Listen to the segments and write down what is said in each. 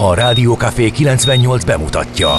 A Rádió Café 98 bemutatja.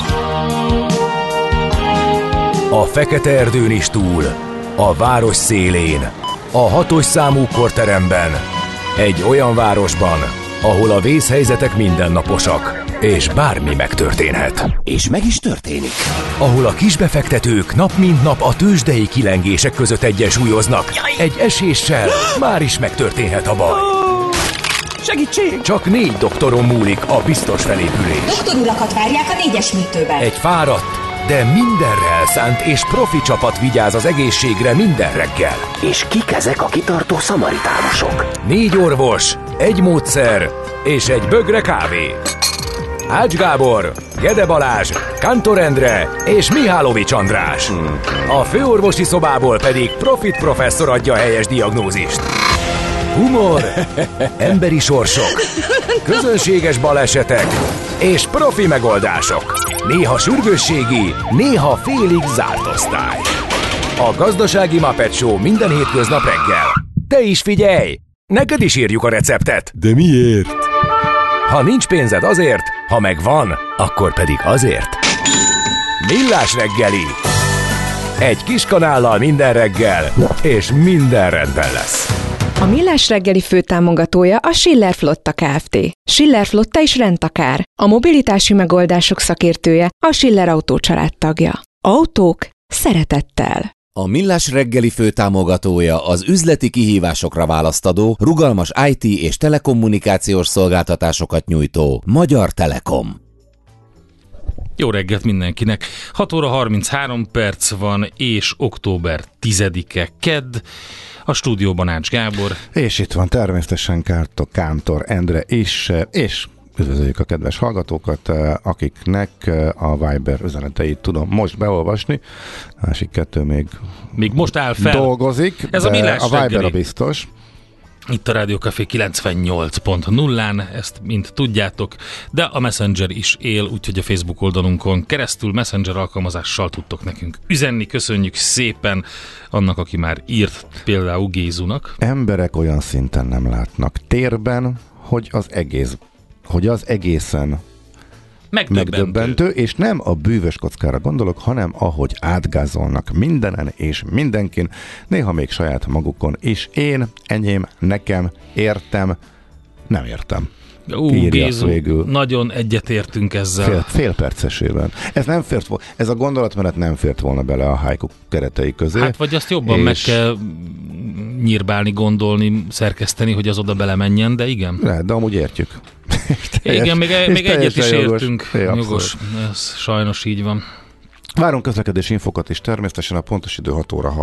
A Fekete erdőn is túl, a város szélén, a 6-os számú korteremben, egy olyan városban, ahol a vészhelyzetek mindennaposak, és bármi megtörténhet. És meg is történik. Ahol a kisbefektetők nap mint nap a tőzsdei kilengések között egyensúlyoznak. Egy eséssel már is megtörténhet a baj. Segítség! Csak 4 doktoron múlik a biztos felépülés. Doktor urakat várják a 4-es műtőben. Egy fáradt, de mindenre elszánt és profi csapat vigyáz az egészségre minden reggel. És kik ezek a kitartó szamaritánusok? 4 orvos, egy módszer és egy bögre kávé. Ács Gábor, Gede Balázs, Kántor Endre és Mihálovics András. A főorvosi szobából pedig Profit professzor adja a helyes diagnózist. Humor, emberi sorsok, közönséges balesetek és profi megoldások. Néha sürgősségi, néha félig zárt osztály. A Gazdasági Muppet Show minden hétköznap reggel. Te is figyelj! Neked is írjuk a receptet. De miért? Ha nincs pénzed azért, ha megvan, akkor pedig azért. Millás reggeli. Egy kis kanállal minden reggel, és minden rendben lesz. A Millás reggeli főtámogatója a Schiller Flotta Kft. Schiller Flotta is rendtakár. A mobilitási megoldások szakértője, a Schiller Autó család tagja. Autók szeretettel. A Millás reggeli főtámogatója az üzleti kihívásokra választadó, rugalmas IT és telekommunikációs szolgáltatásokat nyújtó Magyar Telekom. Jó reggelt mindenkinek! 6 óra 33 perc van, és október 10-e kedd. A stúdióban Ács Gábor. És itt van természetesen Kántor Endre is, és üdvözöljük a kedves hallgatókat, akiknek a Viber üzeneteit tudom most beolvasni. A másik 2 még most áll fel. Dolgozik. Ez a Millás a Viber reggeli. A biztos. Itt a Rádió Café 98.0-án, ezt mind tudjátok, de a Messenger is él, úgyhogy a Facebook oldalunkon keresztül Messenger alkalmazással tudtok nekünk üzenni. Köszönjük szépen annak, aki már írt, például Gézunak. Emberek olyan szinten nem látnak térben, hogy az egészen megdöbbentő, és nem a bűvös kockára gondolok, hanem ahogy átgázolnak mindenen és mindenkin, néha még saját magukon is. Én, enyém, nekem, értem, nem értem. Gézu, végül. Nagyon egyetértünk ezzel. Fél percesében. Ez a gondolatmenet nem fért volna bele a haiku keretei közé. Hát vagy azt jobban meg kell nyírbálni, gondolni, szerkeszteni, hogy az oda belemenjen, de igen. Lehet, de amúgy értjük. Igen, még egyet is jogos. értünk. Jogos, ez sajnos így van. Várunk közlekedési infokat is, természetesen a pontos idő 6 óra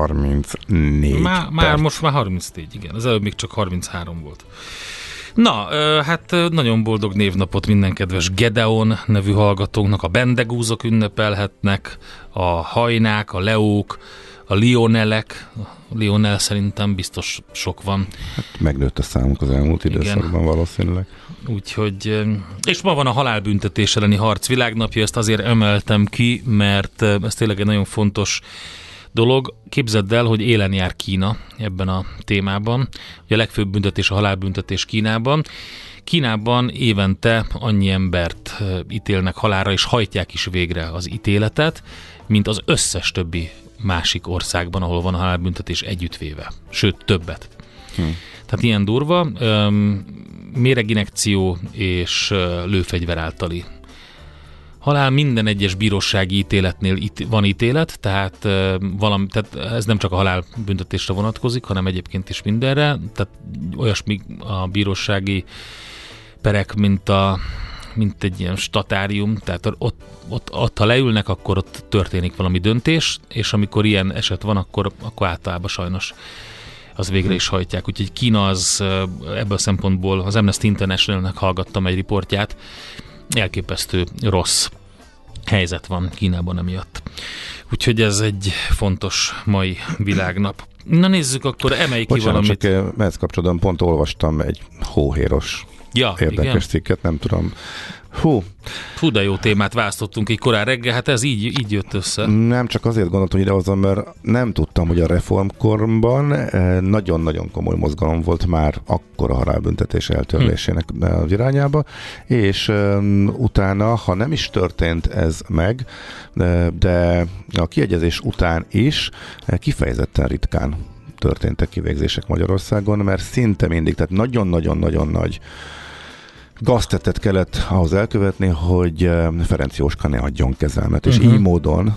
34 Most már 34, igen. Az előbb még csak 33 volt. Na, hát nagyon boldog névnapot minden kedves Gedeon nevű hallgatónknak, a Bendegúzok ünnepelhetnek, a Hajnák, a Leók, a Lionelek. A Lionel szerintem biztos sok van. Hát megnőtt a számuk az elmúlt időszakban valószínűleg. Úgyhogy, és ma van a halálbüntetés elleni harc világnapja, ezt azért emeltem ki, mert ez tényleg egy nagyon fontos dolog. Képzeld el, hogy élen jár Kína ebben a témában. Ugye a legfőbb büntetés a halálbüntetés Kínában. Kínában évente annyi embert ítélnek halálra, és hajtják is végre az ítéletet, mint az összes többi másik országban, ahol van a halálbüntetés együttvéve. Sőt, többet. Tehát ilyen durva. Méreginjekció és lőfegyver általi halál. Minden egyes bírósági ítéletnél van ítélet, tehát ez nem csak a halálbüntetésre vonatkozik, hanem egyébként is mindenre. Tehát olyasmi a bírósági perek, mint egy ilyen statárium, tehát ott ha leülnek, akkor ott történik valami döntés, és amikor ilyen eset van, akkor általában sajnos az végre is hajtják. Úgyhogy Kína az ebből a szempontból, az Amnesty International-nek hallgattam egy riportját, elképesztő rossz helyzet van Kínában emiatt. Úgyhogy ez egy fontos mai világnap. Na nézzük, akkor emelj ki valamit. Csak ehhez kapcsolatban pont olvastam egy hóhéros érdekes cikket, nem tudom. Hú, de jó témát választottunk így korán reggel, hát ez így jött össze. Nem csak azért gondoltam, hogy idehozom, mert nem tudtam, hogy a reformkorban nagyon-nagyon komoly mozgalom volt már akkor a halálbüntetés eltörlésének az irányába, és utána, ha nem is történt ez meg, de a kiegyezés után is kifejezetten ritkán történtek kivégzések Magyarországon, mert szinte mindig, tehát nagyon-nagyon-nagyon nagy gaztettet kellett ahhoz elkövetni, hogy Ferenc Jóska ne adjon kezelmet, és így módon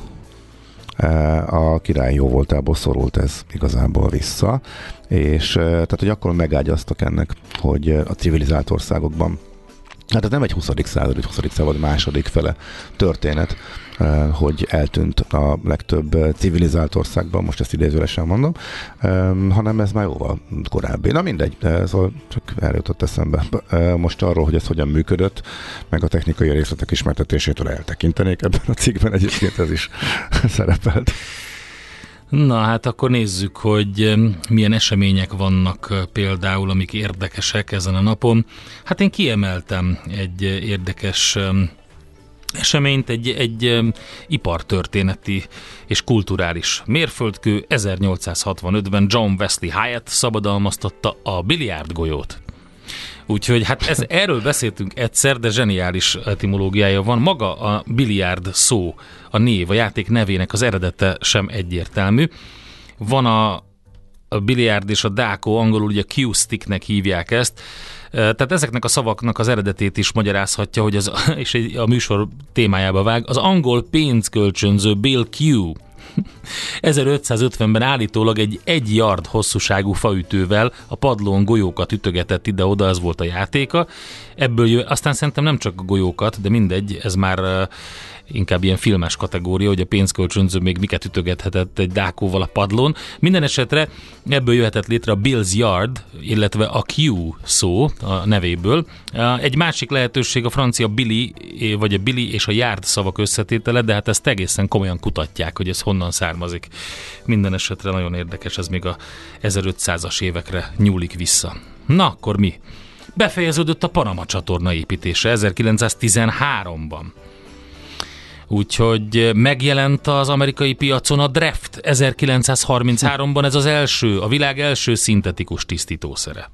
a király jóvoltából szorult ez igazából vissza, és tehát, hogy akkor megágyaztak ennek, hogy a civilizált országokban, hát ez nem egy 20. század, egy 20. század második fele történet, hogy eltűnt a legtöbb civilizált országban, most ezt idézőlesen mondom, hanem ez már jóval korábbi. Na mindegy, szóval csak erre jutott eszembe. Most arról, hogy ez hogyan működött, meg a technikai részletek ismertetésétől eltekintenék ebben a cikkben, egyébként ez is szerepelt. Na hát akkor nézzük, hogy milyen események vannak például, amik érdekesek ezen a napon. Hát én kiemeltem egy érdekes eseményt, egy ipartörténeti és kulturális mérföldkő. 1865-ben John Wesley Hyatt szabadalmaztatta a biliárdgolyót. Úgyhogy hát erről beszéltünk egyszer, de zseniális etimológiája van. Maga a biliárd szó, a név, a játék nevének az eredete sem egyértelmű. Van a biliárd és a dákó, angolul ugye cue-sticknek hívják ezt. Tehát ezeknek a szavaknak az eredetét is magyarázhatja, hogy és a műsor témájába vág. Az angol pénzkölcsönző Bill Cue 1550-ben állítólag egy 1 yard hosszúságú faütővel a padlón golyókat ütögetett ide-oda, ez volt a játéka. Ebből aztán szerintem nem csak a golyókat, de mindegy, ez már inkább ilyen filmes kategória, hogy a pénzkölcsönző még miket ütögethetett egy dákóval a padlón. Minden esetre ebből jöhetett létre a Bill's Yard, illetve a Q szó a nevéből. Egy másik lehetőség a francia Billy, vagy a Billy és a Yard szavak összetétele, de hát ezt egészen komolyan kutatják, hogy ez honnan származik. Minden esetre nagyon érdekes, ez még a 1500-as évekre nyúlik vissza. Na, akkor mi? Befejeződött a Panama csatorna építése 1913-ban. Úgyhogy megjelent az amerikai piacon a Draft 1933-ban, ez az első, a világ első szintetikus tisztítószere.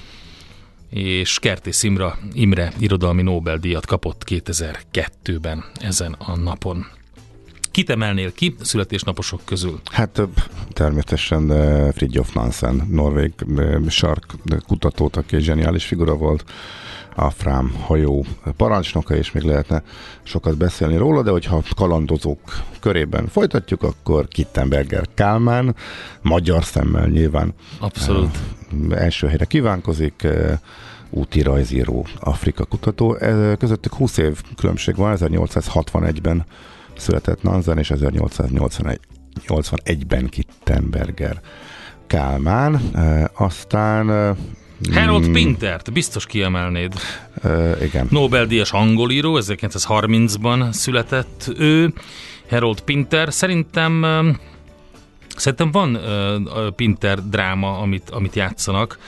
És Kertész Imre irodalmi Nobel-díjat kapott 2002-ben ezen a napon. Kit emelnél ki születésnaposok közül? Hát természetesen Fridtjof Nansen, norvég sarkkutatót, aki egy zseniális figura volt, a Fram hajó parancsnoka, és még lehetne sokat beszélni róla, de hogyha kalandozók körében folytatjuk, akkor Kittenberger Kálmán, magyar szemmel nyilván. Abszolút. Első helyre kívánkozik, úti rajzíró, Afrika kutató. Közöttük 20 év különbség van, 1861-ben született Nansen, és 1881-ben Kittenberger Kálmán. Aztán Harold Pintert biztos kiemelnéd. Igen. Nobel-díjas angolíró, 1930-ban született ő. Harold Pinter. Szerintem van Pinter dráma, amit játszanak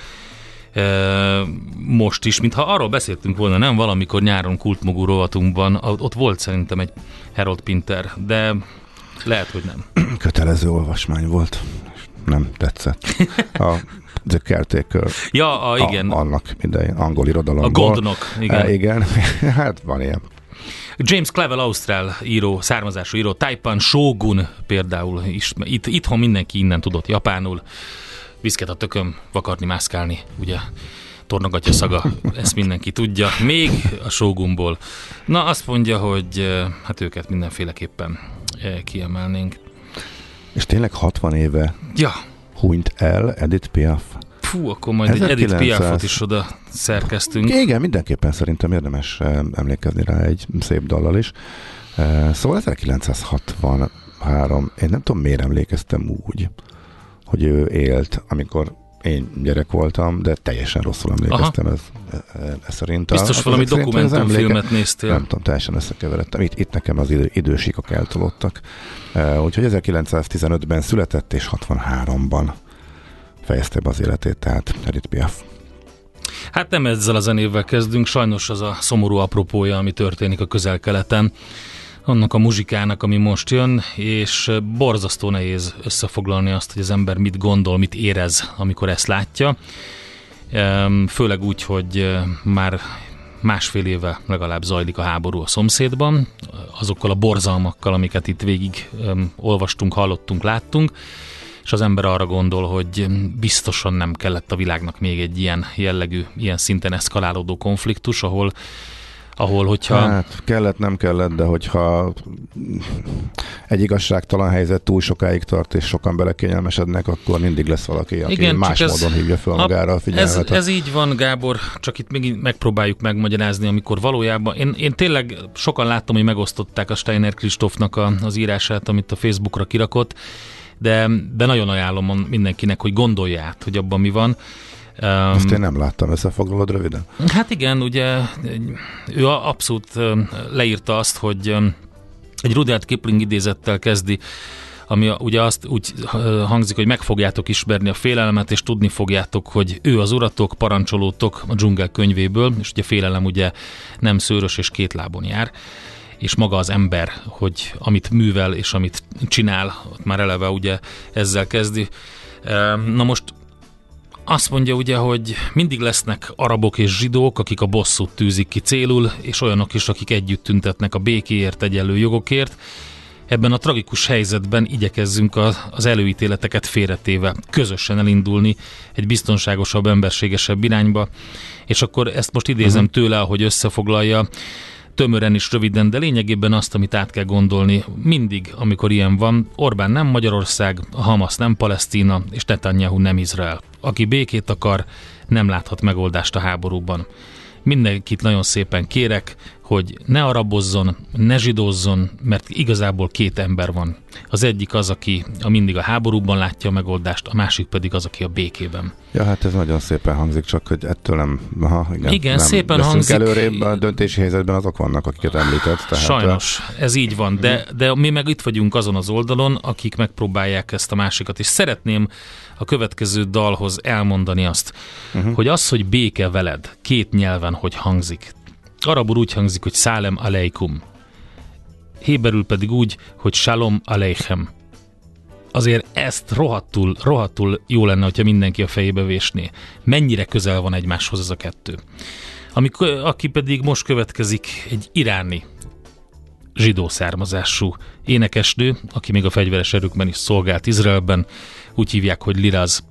most is, mintha arról beszéltünk volna, nem valamikor nyáron kultmogú rovatunkban, ott volt szerintem egy Harold Pinter, de lehet, hogy nem. Kötelező olvasmány volt. Nem tetszett. The Caretaker. Ja, igen. Annak idején, angol irodalomból. A Gondnok, igen. Igen, hát van ilyen. James Clavell, ausztrál író, származású író, Taipan Shogun például is. Itthon mindenki innen tudott japánul. Viszket a tököm, vakarni, mászkálni, ugye tornagatja szaga, ezt mindenki tudja. Még a Shogunból. Na, azt mondja, hogy hát őket mindenféleképpen kiemelnénk. És tényleg 60 éve hunyt el Edith Piaf. Fú, akkor majd egy Edith Piafot is oda szerkeztünk. Igen, mindenképpen szerintem érdemes emlékezni rá egy szép dallal is. Szóval 1963, én nem tudom miért emlékeztem úgy, hogy ő élt, amikor én gyerek voltam, de teljesen rosszul emlékeztem ez szerint. Biztos valami dokumentumfilmet néztél. Nem tudom, teljesen összekeveredtem. Itt nekem az idősíkok eltolódtak. Úgyhogy 1915-ben született, és 63-ban fejezte be az életét, tehát Edith Piaf. Hát nem ezzel a zenével kezdünk, sajnos az a szomorú apropója, ami történik a Közel-Keleten, annak a muzsikának, ami most jön, és borzasztó nehéz összefoglalni azt, hogy az ember mit gondol, mit érez, amikor ezt látja. Főleg úgy, hogy már másfél éve legalább zajlik a háború a szomszédban, azokkal a borzalmakkal, amiket itt végig olvastunk, hallottunk, láttunk, és az ember arra gondol, hogy biztosan nem kellett a világnak még egy ilyen jellegű, ilyen szinten eszkalálódó konfliktus, ahol hogyha... Hát kellett, nem kellett, de hogyha egy igazságtalan helyzet túl sokáig tart, és sokan belekényelmesednek, akkor mindig lesz valaki, aki igen, más módon hívja fel magára a figyelmet. Ez így van, Gábor, csak itt még megpróbáljuk megmagyarázni, amikor valójában... Én tényleg sokan láttam, hogy megosztották a Steiner Kristófnak az írását, amit a Facebookra kirakott, de nagyon ajánlom mindenkinek, hogy gondolja át, hogy abban mi van. Ezt én nem láttam, összefoglalod röviden? Hát igen, ugye ő abszolút leírta azt, hogy egy Rudyard Kipling idézettel kezdi, ami ugye azt úgy hangzik, hogy meg fogjátok ismerni a félelmet, és tudni fogjátok, hogy ő az uratok, parancsolótok a dzsungel könyvéből, és ugye félelem ugye nem szőrös és két lábon jár, és maga az ember, hogy amit művel és amit csinál, ott már eleve ugye ezzel kezdi. Na most azt mondja ugye, hogy mindig lesznek arabok és zsidók, akik a bosszút tűzik ki célul, és olyanok is, akik együtt tüntetnek a békéért, egyenlő jogokért. Ebben a tragikus helyzetben igyekezzünk az előítéleteket félretéve közösen elindulni egy biztonságosabb, emberségesebb irányba, és akkor ezt most idézem tőle, ahogy összefoglalja, tömören és röviden, de lényegében azt, amit át kell gondolni mindig, amikor ilyen van. Orbán nem Magyarország, a Hamas nem Palesztina, és Netanyahu nem Izrael. Aki békét akar, nem láthat megoldást a háborúban. Mindenkit nagyon szépen kérek, hogy ne arabozzon, ne zsidózzon, mert igazából két ember van. Az egyik az, aki mindig a háborúban látja a megoldást, a másik pedig az, aki a békében. Ja, hát ez nagyon szépen hangzik, csak hogy ettől nem... Igen, nem szépen hangzik. Előrébb a döntési helyzetben azok vannak, akiket említett. Tehát sajnos, ez így van, de mi meg itt vagyunk azon az oldalon, akik megpróbálják ezt a másikat, és szeretném a következő dalhoz elmondani azt, hogy az, hogy béke veled, két nyelven hogy hangzik. Arabul úgy hangzik, hogy Szálem aleikum. Héberül pedig úgy, hogy Shalom aleichem. Azért ezt rohadtul jó lenne, hogyha mindenki a fejébe vésné. Mennyire közel van egymáshoz ez a kettő. Aki pedig most következik, egy iráni zsidó származású énekesnő, aki még a fegyveres erőkben is szolgált Izraelben, úgy hívják, hogy Liraz.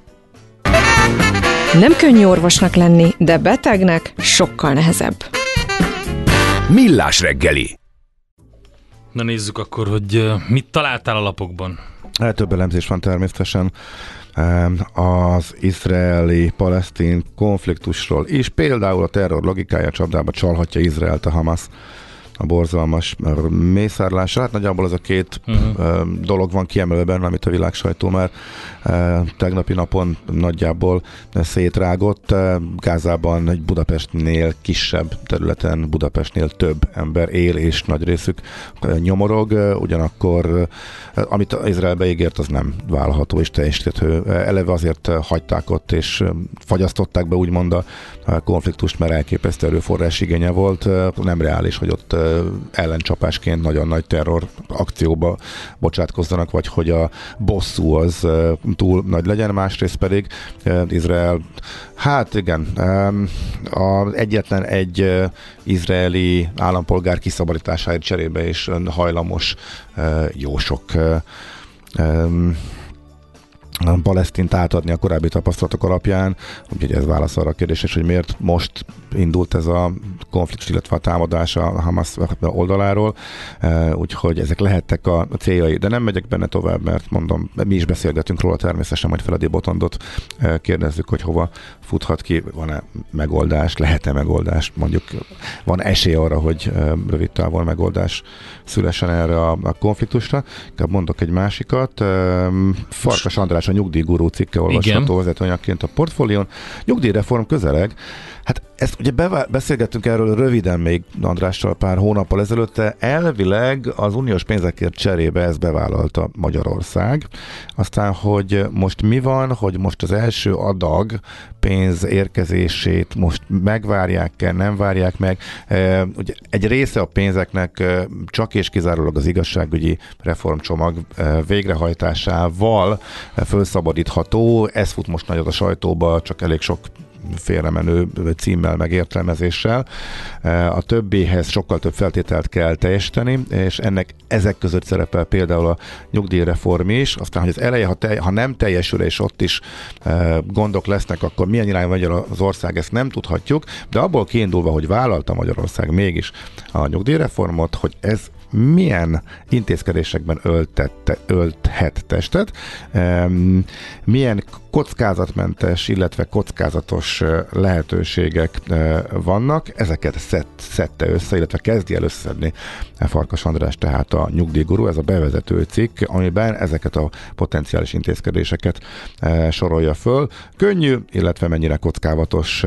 Nem könnyű orvosnak lenni, de betegnek sokkal nehezebb. Millás reggeli. Na nézzük akkor, hogy mit találtál a lapokban. Több elemzés van természetesen az izraeli-palesztin konfliktusról is. Például a terror logikája csapdába csalhatja Izraelt a Hamas a borzalmas mészárlásra. Hát nagyjából az a két dolog van kiemelve benne, amit a világsajtó már tegnapi napon nagyjából szétrágott. Gázában egy Budapestnél kisebb területen, Budapestnél több ember él, és nagy részük nyomorog. Ugyanakkor, amit Izrael ígért, az nem vállalható és teljesíthető. Eleve azért hagyták ott, és fagyasztották be úgymond a konfliktust, mert elképesztő erőforrás igénye volt. Nem reális, hogy ott ellencsapásként nagyon nagy terror akcióba bocsátkozzanak, vagy hogy a bosszú az túl nagy legyen, másrészt pedig Izrael, hát igen, az egyetlen egy izraeli állampolgár kiszabadításáért cserébe is hajlamos jó sok Palesztint átadni a korábbi tapasztalatok alapján, úgyhogy ez válasz arra a kérdésre, hogy miért most indult ez a konfliktus, illetve a támadás a Hamas oldaláról, úgyhogy ezek lehettek a céljai, de nem megyek benne tovább, mert mondom, mi is beszélgetünk róla természetesen, majd Feledi Botondot kérdezzük, hogy hova futhat ki, van-e megoldás, lehet-e megoldás, mondjuk van esély arra, hogy rövid távol megoldás szülessen erre a konfliktusra. Inkább mondok egy másikat. Farkas András a nyugdíjgurú cikke olvasható vezetőanyagként a Portfólión. Nyugdíjreform közeleg. Hát ezt ugye beszélgettünk erről röviden még Andrással pár hónappal ezelőtt, de elvileg az uniós pénzekért cserébe ezt bevállalta Magyarország. Aztán, hogy most mi van, hogy most az első adag pénz érkezését most megvárják-e, nem várják meg. Ugye egy része a pénzeknek csak és kizárólag az igazságügyi reformcsomag végrehajtásával felszabadítható. Ez fut most nagyot a sajtóba, csak elég sok félremenő címmel, meg értelmezéssel. A többihez sokkal több feltételt kell teljesíteni, és ezek között szerepel például a nyugdíjreform is. Aztán, hogy az eleje, ha nem teljesül, és ott is gondok lesznek, akkor milyen irányba megy az ország, ezt nem tudhatjuk, de abból kiindulva, hogy vállalta Magyarország mégis a nyugdíjreformot, hogy ez milyen intézkedésekben ölthet testet, milyen kockázatmentes, illetve kockázatos lehetőségek vannak, ezeket szedte össze, illetve kezdi el összeszedni Farkas András, tehát a nyugdíjguru, ez a bevezető cikk, amiben ezeket a potenciális intézkedéseket sorolja föl. Könnyű, illetve mennyire kockázatos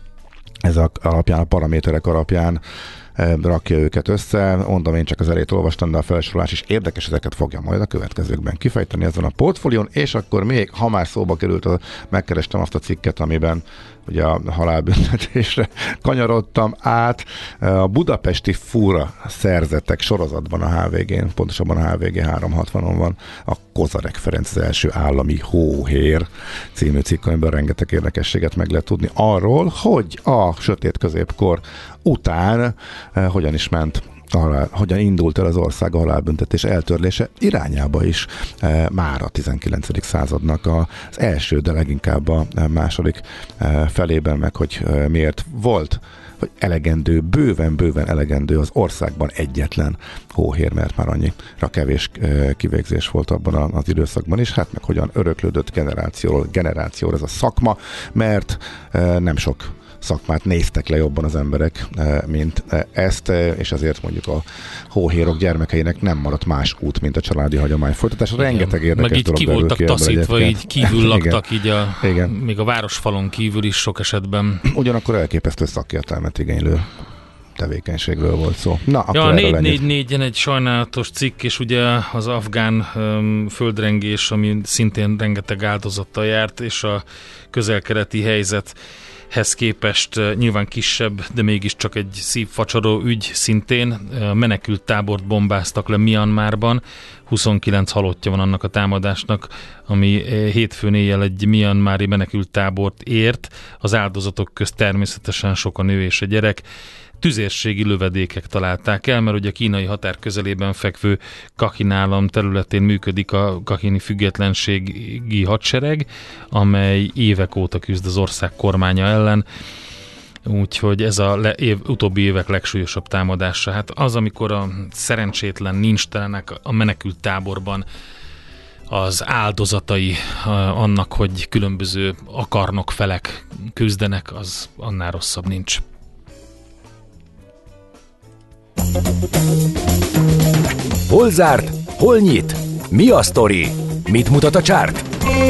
ez alapján, a paraméterek alapján rakja őket össze. Mondom, én csak az elejét olvastam, de a felsorolás is érdekes, ezeket fogja majd a következőkben kifejteni ezen a portfólión, és akkor még, ha már szóba került, megkerestem azt a cikket, amiben ugye a halálbüntetésre kanyarodtam át. A budapesti fura szerzetek sorozatban a HVG-n, pontosabban a HVG 360-on van a Kozarek Ferenc az első állami hóhér című cikk, amiben rengeteg érdekességet meg lehet tudni arról, hogy a sötét középkor után hogyan is ment, hogyan indult el az ország a halálbüntetés eltörlése irányába is már a 19. századnak az első, de leginkább a második felében, meg hogy miért volt, hogy elegendő, bőven elegendő az országban egyetlen hóhér, mert már annyira kevés kivégzés volt abban az időszakban is, hát meg hogyan öröklődött generációról ez a szakma, mert nem sok szakmát néztek le jobban az emberek, mint ezt, és ezért mondjuk a hóhérok gyermekeinek nem maradt más út, mint a családi hagyomány folytatás. Rengeteg érdekes meg így dolog ki voltak taszítva, így kívül laktak, igen. Még a városfalon kívül is sok esetben. Ugyanakkor elképesztő szakértelmet igénylő tevékenységről volt szó. Na, akkor a 444-en egy sajnálatos cikk, és ugye az afgán földrengés, ami szintén rengeteg áldozattal járt, és a közel-keleti helyzethez képest nyilván kisebb, de mégiscsak egy szívfacsaró ügy szintén. Menekült tábort bombáztak le Myanmarban, 29 halottja van annak a támadásnak, ami hétfőn éjjel egy myanmari menekült tábort ért. Az áldozatok közt természetesen sok a nő és a gyerek. Tüzérségi lövedékek találták el, mert ugye a kínai határ közelében fekvő Kachin állam területén működik a kakhini függetlenségi hadsereg, amely évek óta küzd az ország kormánya ellen, úgyhogy ez utóbbi évek legsúlyosabb támadása. Hát az, amikor a szerencsétlen nincstelenek a menekült táborban az áldozatai annak, hogy különböző akarnok felek küzdenek, az annál rosszabb nincs. Hol zárt? Hol nyit? Mi a sztori? Mit mutat a csárt?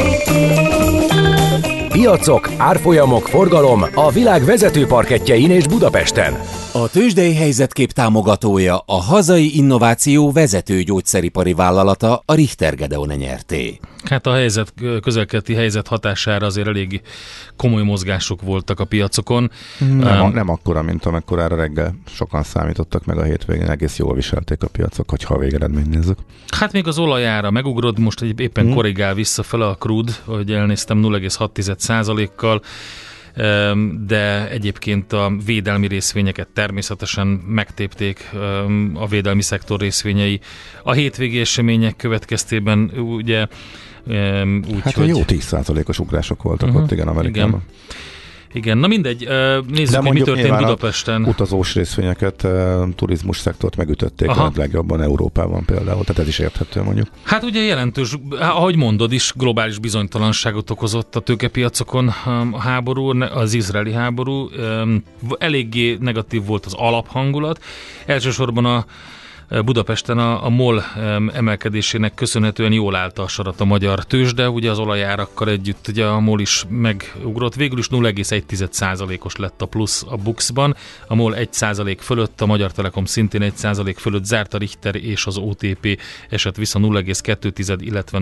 Piacok, árfolyamok, forgalom a világ vezető parkettjein és Budapesten. A Tőzsdei Helyzetkép támogatója, a hazai innováció vezető gyógyszeripari vállalata, a Richter Gedeon nyerté. Hát a közel-keleti helyzet hatására azért elég komoly mozgások voltak a piacokon. Nem akkora, mint amekkorára reggel sokan számítottak, meg a hétvégén egész jól viselték a piacok, hogyha a végeredményt nézzük. Hát még az olajára megugrod, most éppen korrigál visszafele a crude, hogy elnéztem 0,6%-kal, de egyébként a védelmi részvényeket természetesen megtépték a védelmi szektor részvényei. A hétvégi események következtében ugye hát hogy jó 10%-os ugrások voltak ott, igen, Amerikában. Igen, na mindegy, nézzük, hogy mi történt Budapesten. Utazós részvényeket, turizmus szektort megütötték a legjobban Európában például, tehát ez is érthető mondjuk. Hát ugye jelentős, ahogy mondod is, globális bizonytalanságot okozott a tőkepiacokon a háború, az izraeli háború. Eléggé negatív volt az alaphangulat. Elsősorban Budapesten a MOL emelkedésének köszönhetően jól állt a sarat a magyar tőzsde, ugye az olajárakkal együtt ugye a MOL is megugrott, végül is 0,1%-os lett a plusz a BUX-ban, a MOL 1% fölött, a Magyar Telekom szintén 1% fölött zárt, a Richter és az OTP esett vissza 0,2, illetve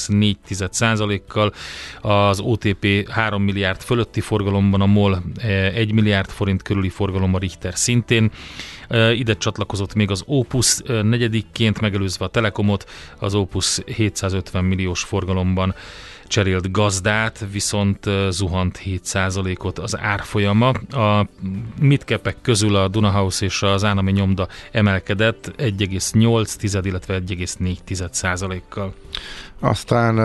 0,4%-kal, az OTP 3 milliárd fölötti forgalomban, a MOL 1 milliárd forint körüli forgalom, a Richter szintén. Ide csatlakozott még az Opus negyedikként, megelőzve a Telekomot, az Opus 750 milliós forgalomban cserélt gazdát, viszont zuhant 7%-ot az árfolyama. A midcapek közül a Dunahouse és az Állami Nyomda emelkedett 1,8, illetve 1,4%-kal. Aztán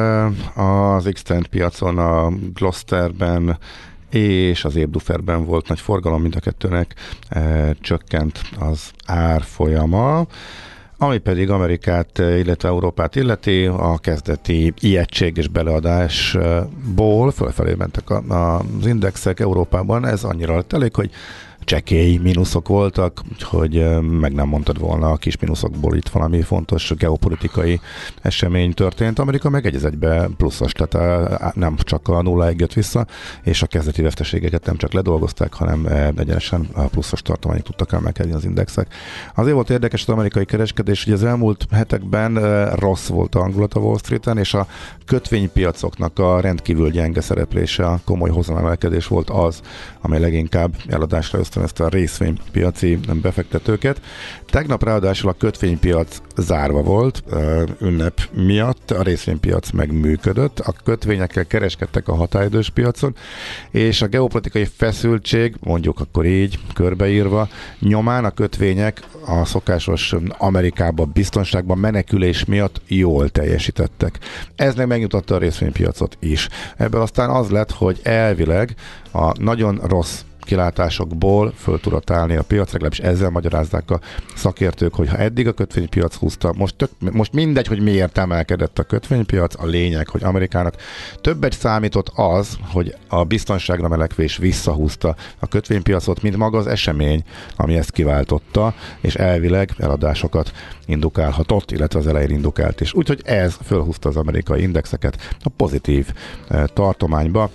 az X-Trend piacon a Glosterben és az Ébduferben volt nagy forgalom, mind a kettőnek csökkent az árfolyama, ami pedig Amerikát, illetve Európát illeti, a kezdeti ijegység és beleadásból fölfelé mentek az indexek Európában. Ez annyira lett elég, hogy csekély mínuszok voltak, hogy meg nem mondtad volna a kis mínuszokból itt valami fontos geopolitikai esemény történt. Amerika meg egy-egybe pluszos, tehát nem csak a 0-1 jött vissza, és a kezdeti veszteségeket nem csak ledolgozták, hanem egyenesen a pluszos tartományok tudtak emelkedni az indexek. Azért volt érdekes az amerikai kereskedés, hogy az elmúlt hetekben rossz volt a hangulat a Wall Streeten, és a kötvénypiacoknak a rendkívül gyenge szereplése, a komoly hozamemelkedés volt az, amely leginkább eladásra ezt a részvénypiaci befektetőket. Tegnap ráadásul a kötvénypiac zárva volt ünnep miatt, a részvénypiac megműködött, a kötvényekkel kereskedtek a határidős piacon, és a geopolitikai feszültség, mondjuk akkor így körbeírva, nyomán a kötvények a szokásos Amerikába biztonságban menekülés miatt jól teljesítettek. Ez megnyugtatta a részvénypiacot is. Ebből aztán az lett, hogy elvileg a nagyon rossz kilátásokból föl tudott állni a piac, legalábbis ezzel magyarázzák a szakértők, hogy ha eddig a kötvénypiac húzta, most mindegy, hogy miért emelkedett a kötvénypiac, a lényeg, hogy Amerikának többet számított az, hogy a biztonságra melekvés visszahúzta a kötvénypiacot, mint maga az esemény, ami ezt kiváltotta, és elvileg eladásokat indukálhatott, illetve az elején indukált is. Úgyhogy ez fölhúzta az amerikai indexeket a pozitív tartományba,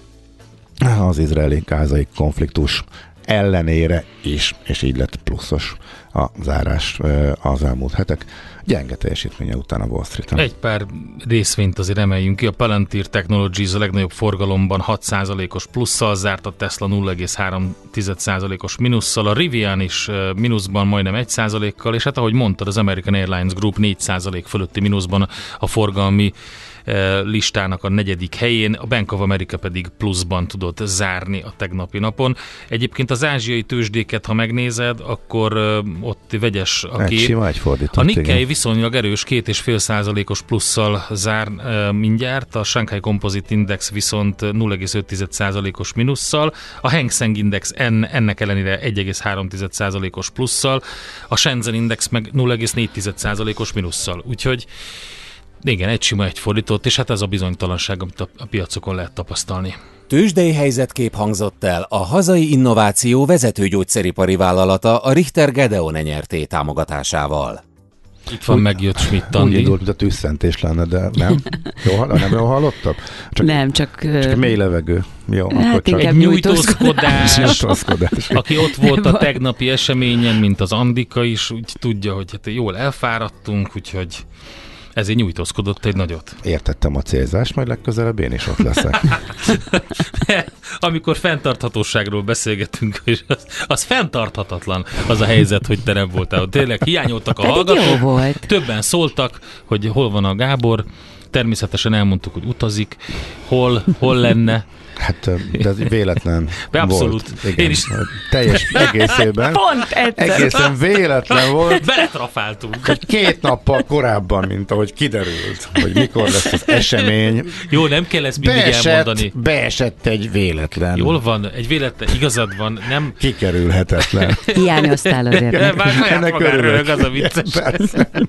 az izraeli-gázai konfliktus ellenére is, és így lett pluszos a zárás az elmúlt hetek gyenge teljesítménye után a Wall Street-en. Egy pár részvényt azért emeljünk ki. A Palantir Technologies a legnagyobb forgalomban 6%-os plusszal zárt, a Tesla 0,3%-os mínusszal, a Rivian is mínuszban majdnem 1%-kal, és hát ahogy mondtad, az American Airlines Group 4% fölötti mínuszban a forgalmi listának a 4. helyén, a Bank of America pedig pluszban tudott zárni a tegnapi napon. Egyébként az ázsiai tőzsdéket, ha megnézed, akkor ott vegyes a kép. A Nikkei viszonylag erős 2,5%-os plusszal zár mindjárt, a Shanghai Composite Index viszont 0,5%-os mínusszal, a Hang Seng Index ennek ellenére 1,3%-os plusszal, a Shenzhen Index meg 0,4%-os mínusszal. Úgyhogy igen, egy sima, egy fordított, és hát ez a bizonytalanság, amit a piacokon lehet tapasztalni. Tőzsdei helyzetkép hangzott el a hazai innováció vezető gyógyszeripari vállalata, a Richter Gedeon Nyrt. Támogatásával. Itt van, megjött Schmidt Andi. Úgy indult, mint a tűzszentés lenne, de nem? Nem jól hallottam? Csak mély levegő. Jó, hát akkor csak egy nyújtózkodás. Aki ott volt a tegnapi eseményen, mint az Andika is, úgy tudja, hogy hát jól elfáradtunk, úgyhogy ezért nyújtózkodott egy nagyot. Értettem a célzást, majd legközelebb én is ott leszek. Amikor fenntarthatóságról beszélgetünk, és az fenntarthatatlan az a helyzet, hogy te nem voltál. Tényleg hiányoltak a hallgatók. Többen szóltak, hogy hol van a Gábor. Természetesen elmondtuk, hogy utazik. Hol lenne. Hát, de ez véletlen abszolút. Volt. Igen, én is. Teljes egészében. Pont egyszer. Egészen véletlen volt. Beletrafáltunk. 2 nappal korábban, mint ahogy kiderült, hogy mikor lesz az esemény. Jó, nem kell ezt mindig elmondani. Beesett egy véletlen. Jól van, egy véletlen, igazad van, nem... Kikerülhetetlen. Hiányoztál azért. Már saját magán röhög, az a vicces.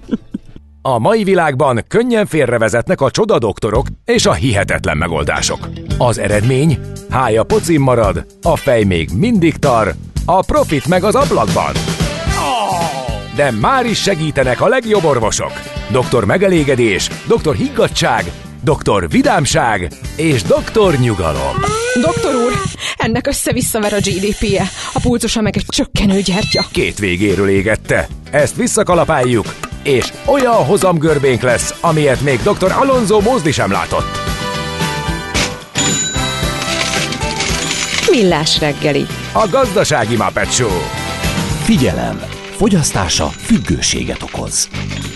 A mai világban könnyen félrevezetnek a csodadoktorok és a hihetetlen megoldások. Az eredmény? Hája pocim marad, a fej még mindig tar, a profit meg az ablakban. de már is segítenek a legjobb orvosok. Dr. Megelégedés, Dr. Higgadtság, Dr. Vidámság és Dr. Nyugalom. Doktor úr, ennek össze-visszaver a GDP-je, a pulcosa meg egy csökkenő gyertya. Két végéről égette. Ezt visszakalapáljuk, és olyan hozamgörbénk lesz, amilyet még Dr. Alonso Mózdi sem látott. Millás reggeli. A gazdasági Muppet Show. Figyelem! Fogyasztása függőséget okoz.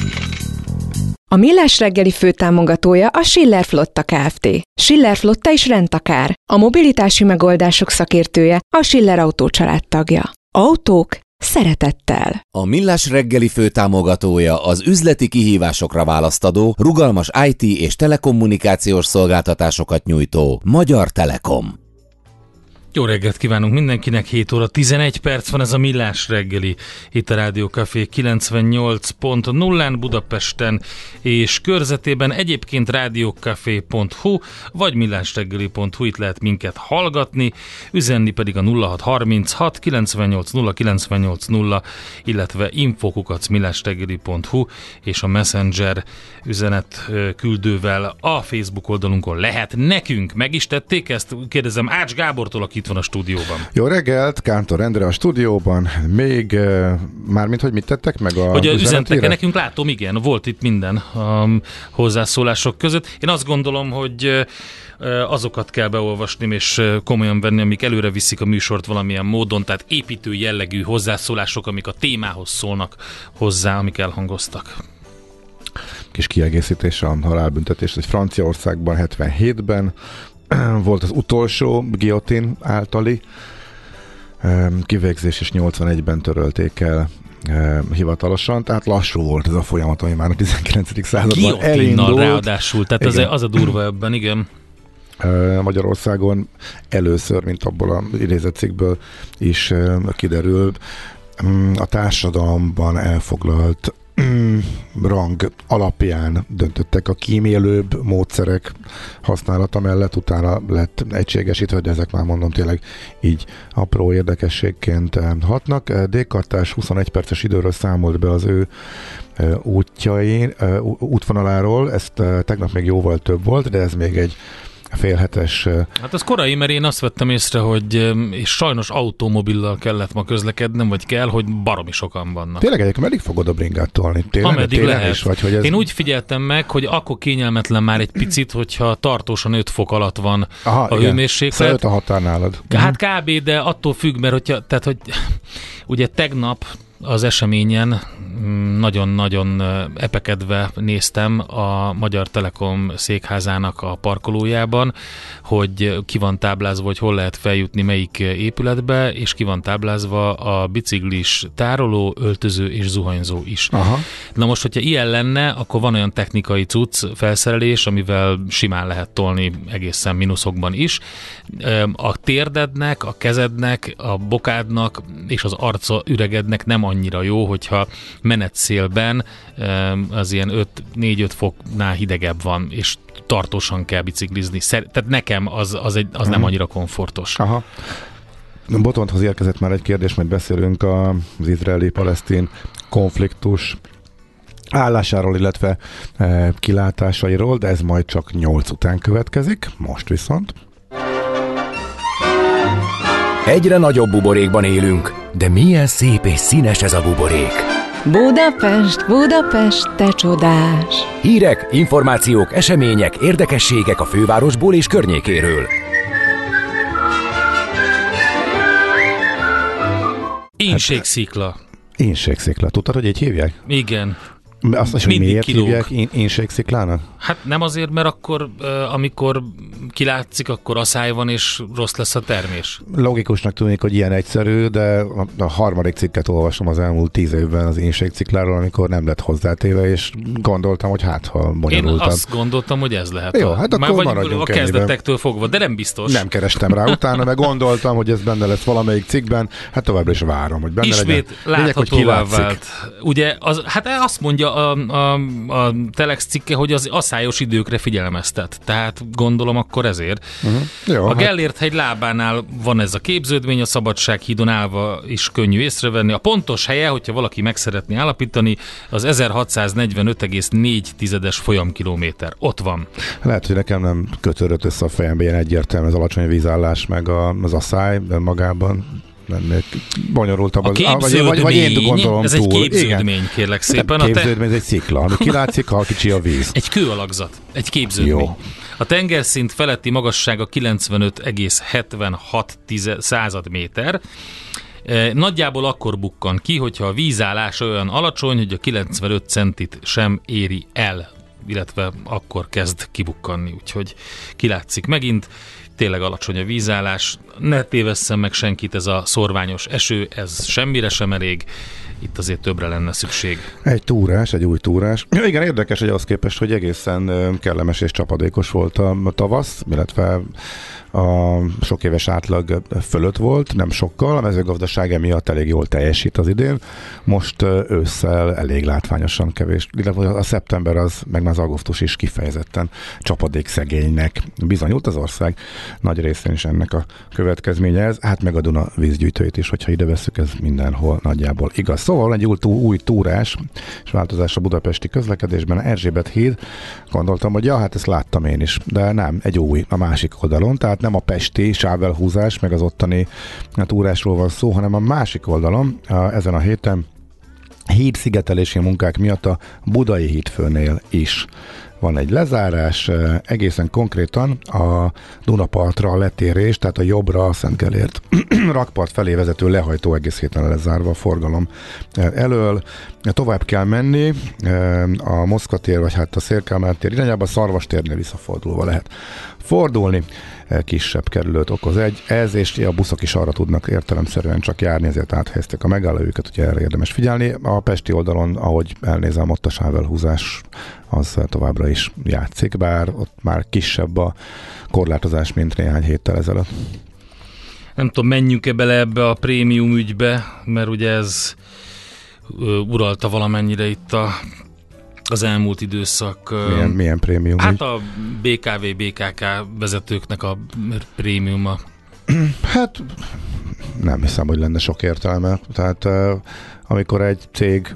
A Millás reggeli főtámogatója a Schiller Flotta Kft. Schiller Flotta is rendtakár. A mobilitási megoldások szakértője, a Schiller Autó családtagja. Autók szeretettel. A Millás reggeli főtámogatója az üzleti kihívásokra választadó, rugalmas IT és telekommunikációs szolgáltatásokat nyújtó Magyar Telekom. Jó reggelt kívánunk mindenkinek, 7 óra 11 perc van, ez a Millás reggeli itt a Rádió Café 98.0-án Budapesten és körzetében, egyébként rádiócafé.hu vagy millásreggeli.hu, itt lehet minket hallgatni, üzenni pedig a 0636 980 980, illetve info@millásreggeli.hu és a Messenger üzenet küldővel a Facebook oldalunkon lehet nekünk. Meg is tették ezt? Kérdezem Ács Gábortól, aki itt van a stúdióban. Jó reggelt, Kántor Endre a stúdióban. Még mármint, hogy mit tettek meg a hogy üzentek nekünk, látom, igen, volt itt minden a hozzászólások között. Én azt gondolom, hogy azokat kell beolvasni és komolyan venni, amik előre viszik a műsort valamilyen módon, tehát építő jellegű hozzászólások, amik a témához szólnak hozzá, amik elhangoztak. Kis kiegészítés a halálbüntetés, hogy Franciaországban 77-ben volt az utolsó guillotine általi kivégzés, és 81-ben törölték el hivatalosan, tehát lassú volt ez a folyamat, ami már a 19. században elindult. Ráadásul, tehát az a durva ebben, igen. Magyarországon először, mint abból a idézett cikkből is kiderül, a társadalomban elfoglalt rang alapján döntöttek a kímélőbb módszerek használata mellett, utána lett egységesítve, hogy ezek már mondom tényleg így apró érdekességként hatnak. Dékartás 21 perces időről számolt be az ő útvonaláról, ezt tegnap még jóval több volt, de ez még egy félhetes. Hát az korai, mert én azt vettem észre, hogy és sajnos automobillal kellett ma közlekednem, vagy kell, hogy baromi sokan vannak. Tényleg egyébként meddig fogod a bringát tolni? Ameddig lehet. Vagy, hogy ez... Én úgy figyeltem meg, hogy akkor kényelmetlen már egy picit, hogyha tartósan 5 fok alatt van a hőmérséklet. Szóval 5 a határ nálad. Hát kb. De attól függ, mert hogyha, tehát, hogy ugye tegnap az eseményen nagyon-nagyon epekedve néztem a Magyar Telekom székházának a parkolójában, hogy ki van táblázva, hogy hol lehet feljutni melyik épületbe, és ki van táblázva a biciklis tároló, öltöző és zuhanyzó is. Aha. Na most, hogyha ilyen lenne, akkor van olyan technikai cucc felszerelés, amivel simán lehet tolni egészen mínuszokban is. A térdednek, a kezednek, a bokádnak és az arca üregednek nem annyira jó, hogyha menetszélben az ilyen 4-5 foknál hidegebb van, és tartósan kell biciklizni. Tehát nekem az nem annyira komfortos. Aha. Botondhoz érkezett már egy kérdés, majd beszélünk az izraeli-palesztin konfliktus állásáról, illetve kilátásairól, de ez majd csak 8 után következik. Most viszont Egyre nagyobb buborékban élünk, de milyen szép és színes ez a buborék. Budapest, Budapest, te csodás! Hírek, információk, események, érdekességek a fővárosból és környékéről. Énségszikla. Énségszikla. Tudtad, hogy így hívják? Igen. Azt is, hogy miért hívják énségsziklának? Hát nem azért, mert akkor, amikor kilátszik, akkor asszály van, és rossz lesz a termés. Logikusnak tűnik, hogy ilyen egyszerű, de a harmadik cikket olvasom az elmúlt 10 évben az énségszikláról, amikor nem lett hozzátéve, és gondoltam, hogy hát, ha bonyolultabb. Én azt gondoltam, hogy ez lehet. Jó, hát akkor maradjunk a kezdetektől fogva, de nem biztos. Nem kerestem rá utána, meg gondoltam, hogy ez benne lesz valamelyik cikkben, hát továbbra is várom, hogy benne ismét legyen. láthatóvá vált. Ugye, hát azt mondja írja a Telex cikke, hogy az aszályos időkre figyelmeztet. Tehát gondolom akkor ezért. Jó, a Gellért-hegy lábánál van ez a képződmény, a Szabadsághídon állva is könnyű észrevenni. A pontos helye, hogyha valaki meg szeretné állapítani, az 1645,4 folyamkilométer. Ott van. Lehet, hogy nekem nem kötődött össze a fejembe ilyen egyértelmű az alacsony vízállás, meg az asszály magában. Lennék bonyolultabb. A képződmény, vagy én gondolom ez túl. Egy képződmény, igen. Kérlek szépen. Képződmény, ez egy szikla, ami kilátszik, ha kicsi a víz. Egy kőalakzat, egy képződmény. Jó. A tengerszint feletti magassága 95,76 századméter. Nagyjából akkor bukkan ki, hogyha a vízállás olyan alacsony, hogy a 95 centit sem éri el, illetve akkor kezd kibukkanni, úgyhogy kilátszik megint. Tényleg alacsony a vízállás, ne tévesszem meg senkit, ez a szorványos eső, ez semmire sem elég, itt azért többre lenne szükség. Egy új túrás. Igen, érdekes, hogy ahhoz képest, hogy egészen kellemes és csapadékos volt a tavasz, illetve a sok éves átlag fölött volt, nem sokkal, a mezőgazdaság emiatt elég jól teljesít az idén. Most ősszel elég látványosan kevés, illetve a szeptember az, meg az augusztus is kifejezetten csapadékszegénynek bizonyult az ország nagy részén is ennek a következménye ez, hát meg a Duna vízgyűjtőjét is, hogyha ide vesszük, ez mindenhol nagyjából igaz. Szóval egy új túrás és változás a budapesti közlekedésben, Erzsébet híd, gondoltam, hogy ja, hát ezt láttam én is, de nem, egy új a másik oldalon, tehát nem a pesti sávelhúzás, meg az ottani túrásról van szó, hanem a másik oldalon, ezen a héten hídszigetelési munkák miatt a Budai hídfőnél is van egy lezárás, egészen konkrétan a Dunapartra a letérés, tehát a jobbra a Szent Gellért rakpart felé vezető lehajtó egész héten lezárva a forgalom elől. Tovább kell menni, a Moszkva tér, vagy hát a Széll-Kálmán tér irányába, a Szarvastérnél visszafordulva lehet fordulni. Kisebb kerülőt okoz ez, és a buszok is arra tudnak értelemszerűen csak járni, ezért áthelyezték a megállójukat, hogy erre érdemes figyelni. A pesti oldalon, ahogy elnézem, ott a sávelhúzás az továbbra is játszik, bár ott már kisebb a korlátozás, mint néhány héttel ezelőtt. Nem tudom, menjünk-e bele ebbe a prémium ügybe, mert ugye ez uralta valamennyire itt az elmúlt időszak. Milyen prémium? Hát a BKV, BKK vezetőknek a prémiuma. Hát nem hiszem, hogy lenne sok értelme. Tehát amikor egy cég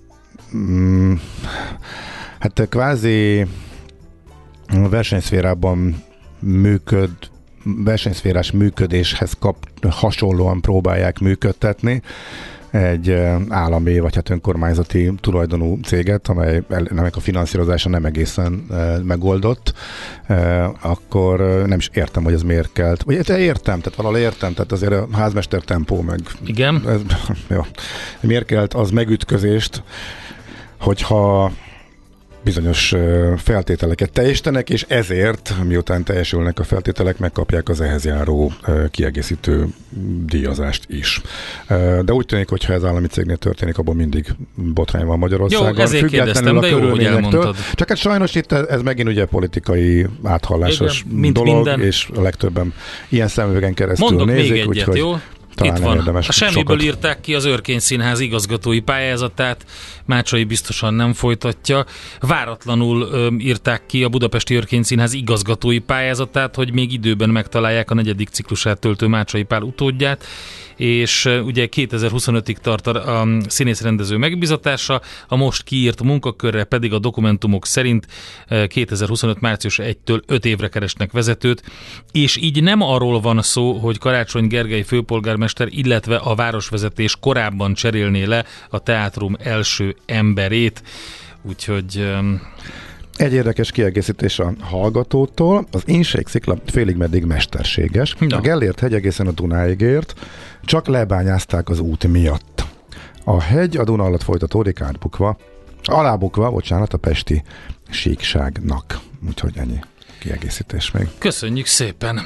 hát kvázi versenyszférában versenyszférás működéshez hasonlóan próbálják működtetni egy állami, vagy hát önkormányzati tulajdonú céget, amelynek a finanszírozása nem egészen megoldott, akkor nem is értem, hogy ez miért kelt. Vagy értem, tehát valahol értem, tehát azért a házmester tempó meg... Igen. Jó. Miért kelt az megütközést, hogyha bizonyos feltételeket teljesítenek, és ezért, miután teljesülnek a feltételek, megkapják az ehhez járó kiegészítő díjazást is. De úgy tűnik, hogyha ez állami cégnél történik, abban mindig botrány van Magyarországon. Jó, ezért kérdeztem, de jó, hogy elmondtad. Csak hát sajnos itt ez megint ugye politikai áthallásos dolog, minden. És a legtöbben ilyen szemüvegen keresztül mondok nézik. Még egyet, úgyhogy jó? Itt van. A semmiből írták ki az Örkény Színház igazgatói pályázatát, Mácsai biztosan nem folytatja. Váratlanul írták ki a Budapesti Örkény Színház igazgatói pályázatát, hogy még időben megtalálják a 4. ciklusát töltő Mácsai Pál utódját, és ugye 2025-ig tart a színészrendező megbízatása, a most kiírt munkakörre pedig a dokumentumok szerint 2025. március 1-től 5 évre keresnek vezetőt, és így nem arról van szó, hogy Karácsony Gergely főpolgármester, illetve a városvezetés korábban cserélné le a teátrum első emberét, úgyhogy... Egy érdekes kiegészítés a hallgatótól. Az Inségszikla félig meddig mesterséges. A Gellért-hegy egészen a Dunáig ért, csak lebányázták az út miatt. A hegy a Duna alatt folytatódik alábukva, a pesti síkságnak. Úgyhogy ennyi kiegészítés még. Köszönjük szépen!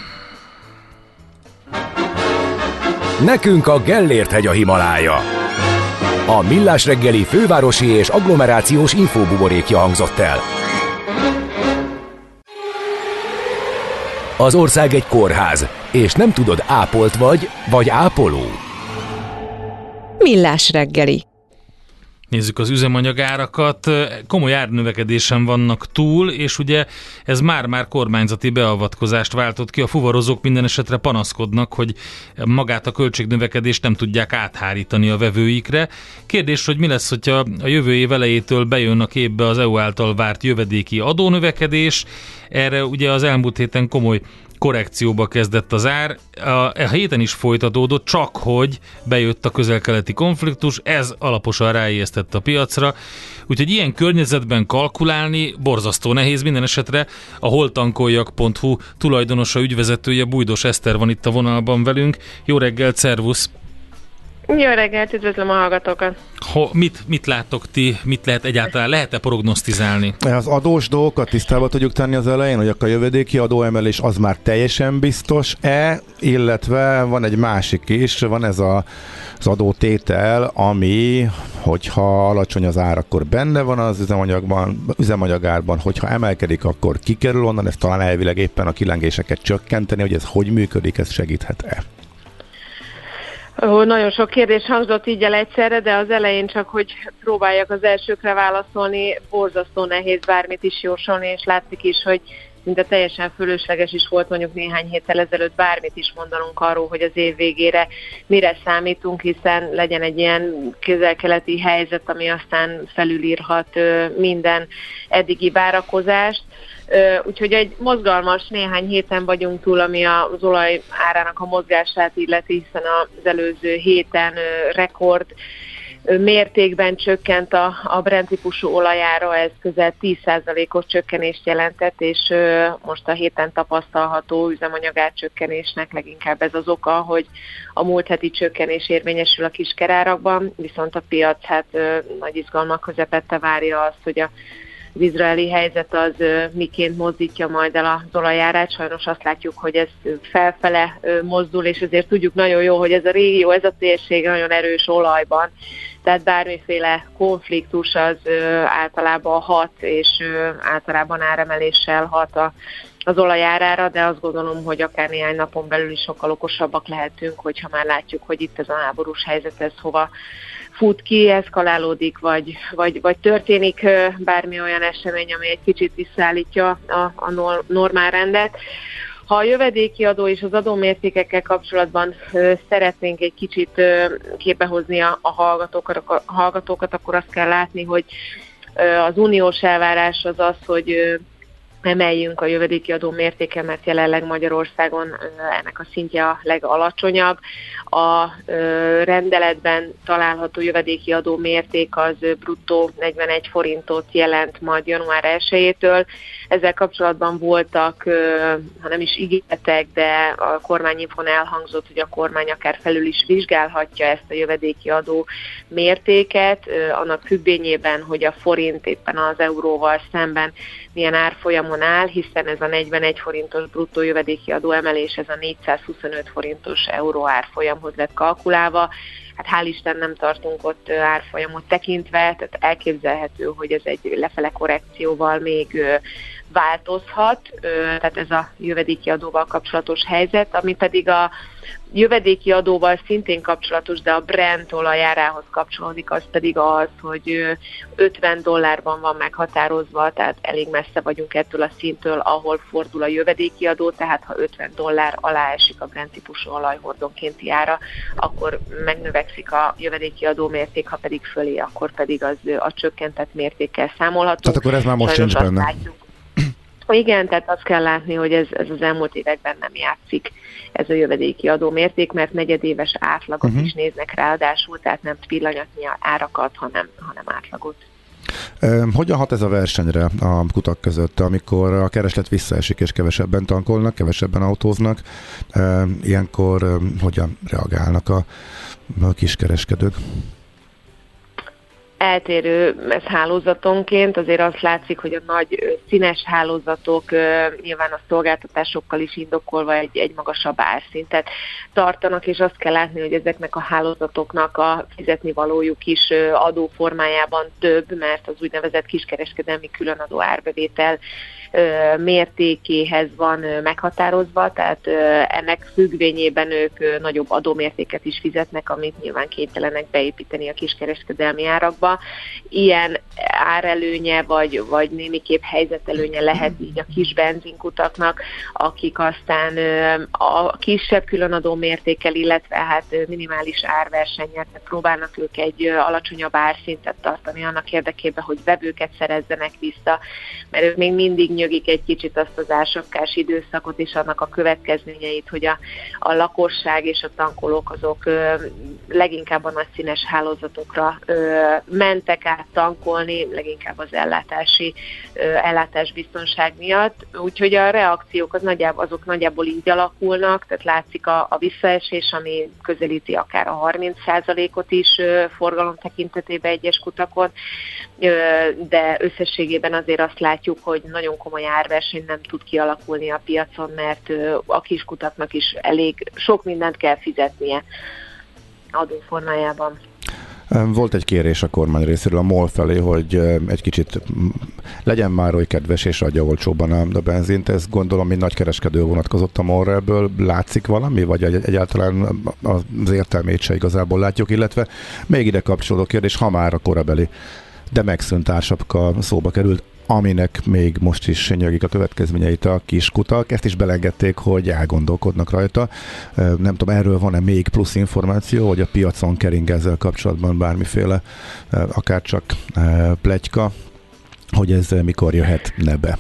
Nekünk a Gellért-hegy a Himalája. A Millás reggeli fővárosi és agglomerációs infóbuborékja hangzott el. Az ország egy kórház, és nem tudod, ápolt vagy ápoló. Millás reggeli. Nézzük az üzemanyagárakat. Komoly árnövekedésen vannak túl, és ugye ez már-már kormányzati beavatkozást váltott ki. A fuvarozók minden esetre panaszkodnak, hogy magát a költségnövekedést nem tudják áthárítani a vevőikre. Kérdés, hogy mi lesz, hogyha a jövő év elejétől bejön a képbe az EU által várt jövedéki adónövekedés. Erre ugye az elmúlt héten komoly korrekcióba kezdett az ár. A héten is folytatódott, csak hogy bejött a közel-keleti konfliktus, ez alaposan ráijesztett a piacra. Úgyhogy ilyen környezetben kalkulálni borzasztó nehéz. Minden esetre a holtankoljak.hu tulajdonosa, ügyvezetője, Bújdos Eszter van itt a vonalban velünk. Jó reggelt, szervusz! Jó reggelt, üdvözlöm a hallgatókat! Mit láttok ti, mit lehet egyáltalán, lehet-e prognosztizálni? Az adós dolgokat tisztába tudjuk tenni az elején, hogy a jövedéki adóemelés az már teljesen biztos-e, illetve van egy másik is, van ez az adótétel, ami, hogyha alacsony az ár, akkor benne van az üzemanyagárban, hogyha emelkedik, akkor kikerül onnan, ez talán elvileg éppen a kilengéseket csökkenteni, hogy ez hogy működik, ez segíthet-e? Nagyon sok kérdés hangzott így el egyszerre, de az elején csak, hogy próbáljak az elsőkre válaszolni, borzasztó nehéz bármit is jósolni, és látszik is, hogy szinte teljesen fölösleges is volt mondjuk néhány héttel ezelőtt bármit is mondanunk arról, hogy az év végére mire számítunk, hiszen legyen egy ilyen közel-keleti helyzet, ami aztán felülírhat minden eddigi várakozást. Úgyhogy egy mozgalmas néhány héten vagyunk túl, ami az olaj árának a mozgását illeti, hiszen az előző héten rekord mértékben csökkent a Brent típusú olajára, ez közel 10%-os csökkenést jelentett, és most a héten tapasztalható üzemanyagárcsökkenésnek leginkább ez az oka, hogy a múlt heti csökkenés érvényesül a kiskerárakban, viszont a piac nagy izgalmak közepette várja azt, hogy az izraeli helyzet az miként mozdítja majd el az olajárát. Sajnos azt látjuk, hogy ez felfele mozdul, és ezért tudjuk nagyon jó, hogy ez a régió, ez a térség nagyon erős olajban. Tehát bármiféle konfliktus az általában hat, és általában áremeléssel hat az olajárára, de azt gondolom, hogy akár néhány napon belül is sokkal okosabbak lehetünk, hogyha már látjuk, hogy itt ez a háborús helyzet, ez hova fut ki, eszkalálódik, vagy történik bármi olyan esemény, ami egy kicsit visszaállítja a normál rendet. Ha a jövedéki adó és az adómértékekkel kapcsolatban szeretnénk egy kicsit képbehozni a hallgatókat, akkor azt kell látni, hogy az uniós elvárás az, hogy emeljünk a jövedéki adó mértéken, mert jelenleg Magyarországon ennek a szintje a legalacsonyabb. A rendeletben található jövedéki adó mérték az bruttó 41 forintot jelent majd január 1-től. Ezzel kapcsolatban voltak, ha nem is ígéretek, de a kormányinfon elhangzott, hogy a kormány akár felül is vizsgálhatja ezt a jövedéki adó mértéket, annak függvényében, hogy a forint éppen az euróval szemben milyen árfolyamon áll, hiszen ez a 41 forintos bruttó jövedéki adó emelés, ez a 425 forintos euró árfolyamhoz lett kalkulálva. Hát hál' Isten nem tartunk ott árfolyamot tekintve, tehát elképzelhető, hogy ez egy lefele korrekcióval még változhat, tehát ez a jövedéki adóval kapcsolatos helyzet, ami pedig a jövedéki adóval szintén kapcsolatos, de a Brent olajárához kapcsolódik, az pedig az, hogy $50 van meghatározva, tehát elég messze vagyunk ettől a szinttől, ahol fordul a jövedéki adó, tehát ha $50 alá esik a Brent típusú olajhordonkénti ára, akkor megnövekszik a jövedéki adó mérték, ha pedig fölé, akkor pedig az a csökkentett mértékkel számolhatunk. Tehát akkor ez már most sincs benne. Látjuk. Igen, tehát azt kell látni, hogy ez az elmúlt években nem játszik ez a jövedéki adómérték, mert negyedéves átlagot is néznek ráadásul, tehát nem pillanatnyi árakat, hanem átlagot. Hogyan hat ez a versenyre a kutak között, amikor a kereslet visszaesik és kevesebben tankolnak, kevesebben autóznak? Ilyenkor hogyan reagálnak a kiskereskedők? Eltérő ez hálózatonként, azért azt látszik, hogy a nagy színes hálózatok nyilván a szolgáltatásokkal is indokolva egy magasabb árszintet tartanak, és azt kell látni, hogy ezeknek a hálózatoknak a fizetni valójuk is adó formájában több, mert az úgynevezett kiskereskedelmi különadó árbevétel mértékéhez van meghatározva, tehát ennek függvényében ők nagyobb adómértéket is fizetnek, amit nyilván kénytelenek beépíteni a kiskereskedelmi árakba. Ilyen árelőnye, vagy némiképp helyzetelőnye lehet így a kis benzinkutaknak, akik aztán a kisebb különadó mértékkel, illetve hát minimális árversennyel próbálnak ők egy alacsonyabb árszintet tartani annak érdekében, hogy vevőket szerezzenek vissza, mert ők még mindig nyögik egy kicsit azt az ársapkás időszakot és annak a következményeit, hogy a lakosság és a tankolók azok leginkább a nagyszínes hálózatokra mentek át tankolni, leginkább az ellátásbiztonság miatt. Úgyhogy a reakciók azok nagyjából így alakulnak, tehát látszik a visszaesés, ami közelíti akár a 30%-ot is forgalom tekintetében egyes kutakon, de összességében azért azt látjuk, hogy nagyon komoly árverseny nem tud kialakulni a piacon, mert a kiskutaknak is elég sok mindent kell fizetnie adóformájában. Volt egy kérés a kormány részéről a MOL felé, hogy egy kicsit legyen már oly kedves és adja olcsóban a benzint. Ez gondolom, mint nagykereskedő vonatkozott a MOL-ra, ebből látszik valami, vagy egyáltalán az értelmét se igazából látjuk, illetve még ide kapcsolódó kérdés, ha már a korabeli, de megszűnt ársapka szóba került, aminek még most is nyögik a következményeit a kiskutak. Ezt is belengedték, hogy elgondolkodnak rajta. Nem tudom, erről van-e még plusz információ, hogy a piacon kering ezzel kapcsolatban bármiféle, akár csak pletyka, hogy ez mikor jöhetne be?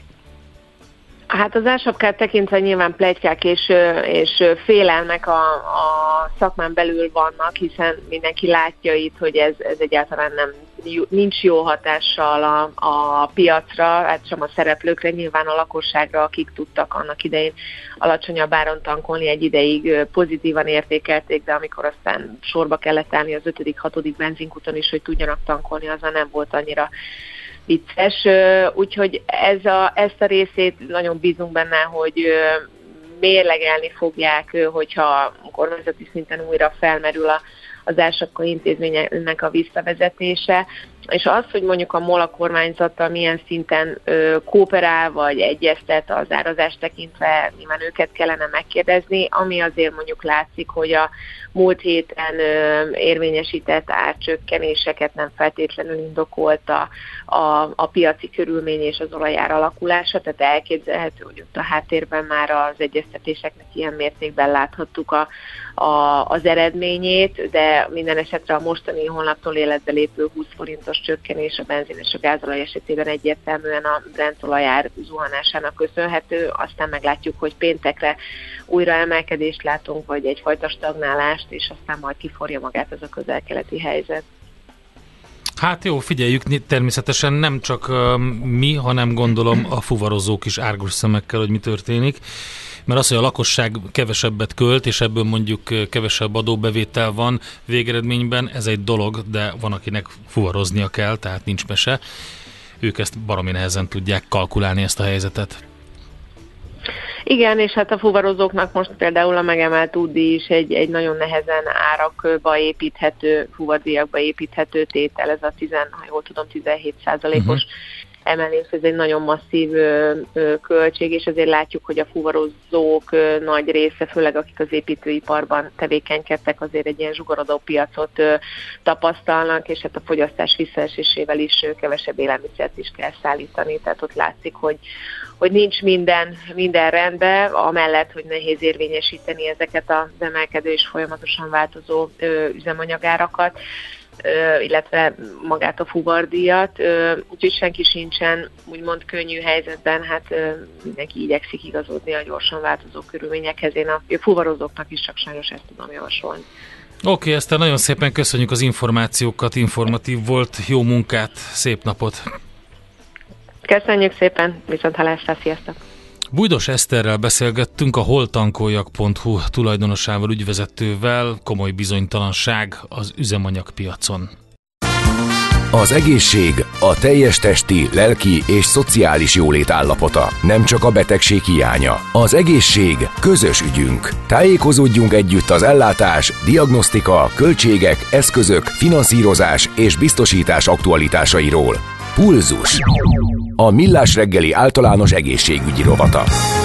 Hát az ársapkát tekintve nyilván pletykák és félelmek a szakmán belül vannak, hiszen mindenki látja itt, hogy ez egyáltalán nincs jó hatással a piacra, hát sem a szereplőkre, nyilván a lakosságra, akik tudtak annak idején alacsonyabb áron tankolni, egy ideig pozitívan értékelték, de amikor aztán sorba kellett állni az 5.-6. benzinkuton is, hogy tudjanak tankolni, azzal nem volt annyira vicces. Úgyhogy ezt a részét nagyon bízunk benne, hogy mérlegelni fogják, hogyha kormányzati szinten újra felmerül az ársapka intézménynek a visszavezetése, és az, hogy mondjuk a MOL kormányzata milyen szinten kooperál vagy egyeztet az árazást tekintve, nyilván őket kellene megkérdezni, ami azért mondjuk látszik, hogy a múlt héten érvényesített árcsökkenéseket nem feltétlenül indokolta a piaci körülmény és az olajár alakulása, tehát elképzelhető, hogy ott a háttérben már az egyeztetéseknek ilyen mértékben láthattuk az eredményét, de minden esetre a mostani hónaptól életbe lépő 20 forintos csökkenés a benzin és a gázolaj esetében egyértelműen a Brent olajár zuhanásának köszönhető, aztán meglátjuk, hogy péntekre újra emelkedést látunk, vagy egyfajta stagnálást, és aztán majd kiforja magát ez a közel-keleti helyzet. Hát jó, figyeljük, természetesen nem csak mi, hanem gondolom a fuvarozók is árgus szemekkel, hogy mi történik. Mert az, hogy a lakosság kevesebbet költ, és ebből mondjuk kevesebb adóbevétel van végeredményben, ez egy dolog, de van, akinek fuvaroznia kell, tehát nincs mese. Ők ezt baromi nehezen tudják kalkulálni, ezt a helyzetet. Igen, és hát a fuvarozóknak most például a megemelt útdíj is egy nagyon nehezen árakba építhető, fuvardíjakba építhető tétel, ez a 17%-os emelés, ez egy nagyon masszív költség, és azért látjuk, hogy a fuvarozók nagy része, főleg akik az építőiparban tevékenykedtek, azért egy ilyen zsugorodó piacot tapasztalnak, és hát a fogyasztás visszaesésével is kevesebb élelmiszert is kell szállítani, tehát ott látszik, hogy nincs minden rendben, amellett, hogy nehéz érvényesíteni ezeket az emelkedő és folyamatosan változó üzemanyagárakat, illetve magát a fuvardíjat, úgyhogy senki sincsen úgymond könnyű helyzetben, hát mindenki igyekszik igazodni a gyorsan változó körülményekhez. Én a fuvarozóknak is csak sajnos ezt tudom javasolni. Oké, Eszter, nagyon szépen köszönjük az információkat, informatív volt, jó munkát, szép napot! Köszönjük szépen, viszonthallásra, sziasztok! Bújdos Eszterrel beszélgettünk, a holtankoljak.hu tulajdonosával, ügyvezetővel. Komoly bizonytalanság az üzemanyagpiacon. Az egészség a teljes testi, lelki és szociális jólét állapota, nem csak a betegség hiánya. Az egészség közös ügyünk. Tájékozódjunk együtt az ellátás, diagnosztika, költségek, eszközök, finanszírozás és biztosítás aktualitásairól. Pulzus. a Millás reggeli általános egészségügyi rovata.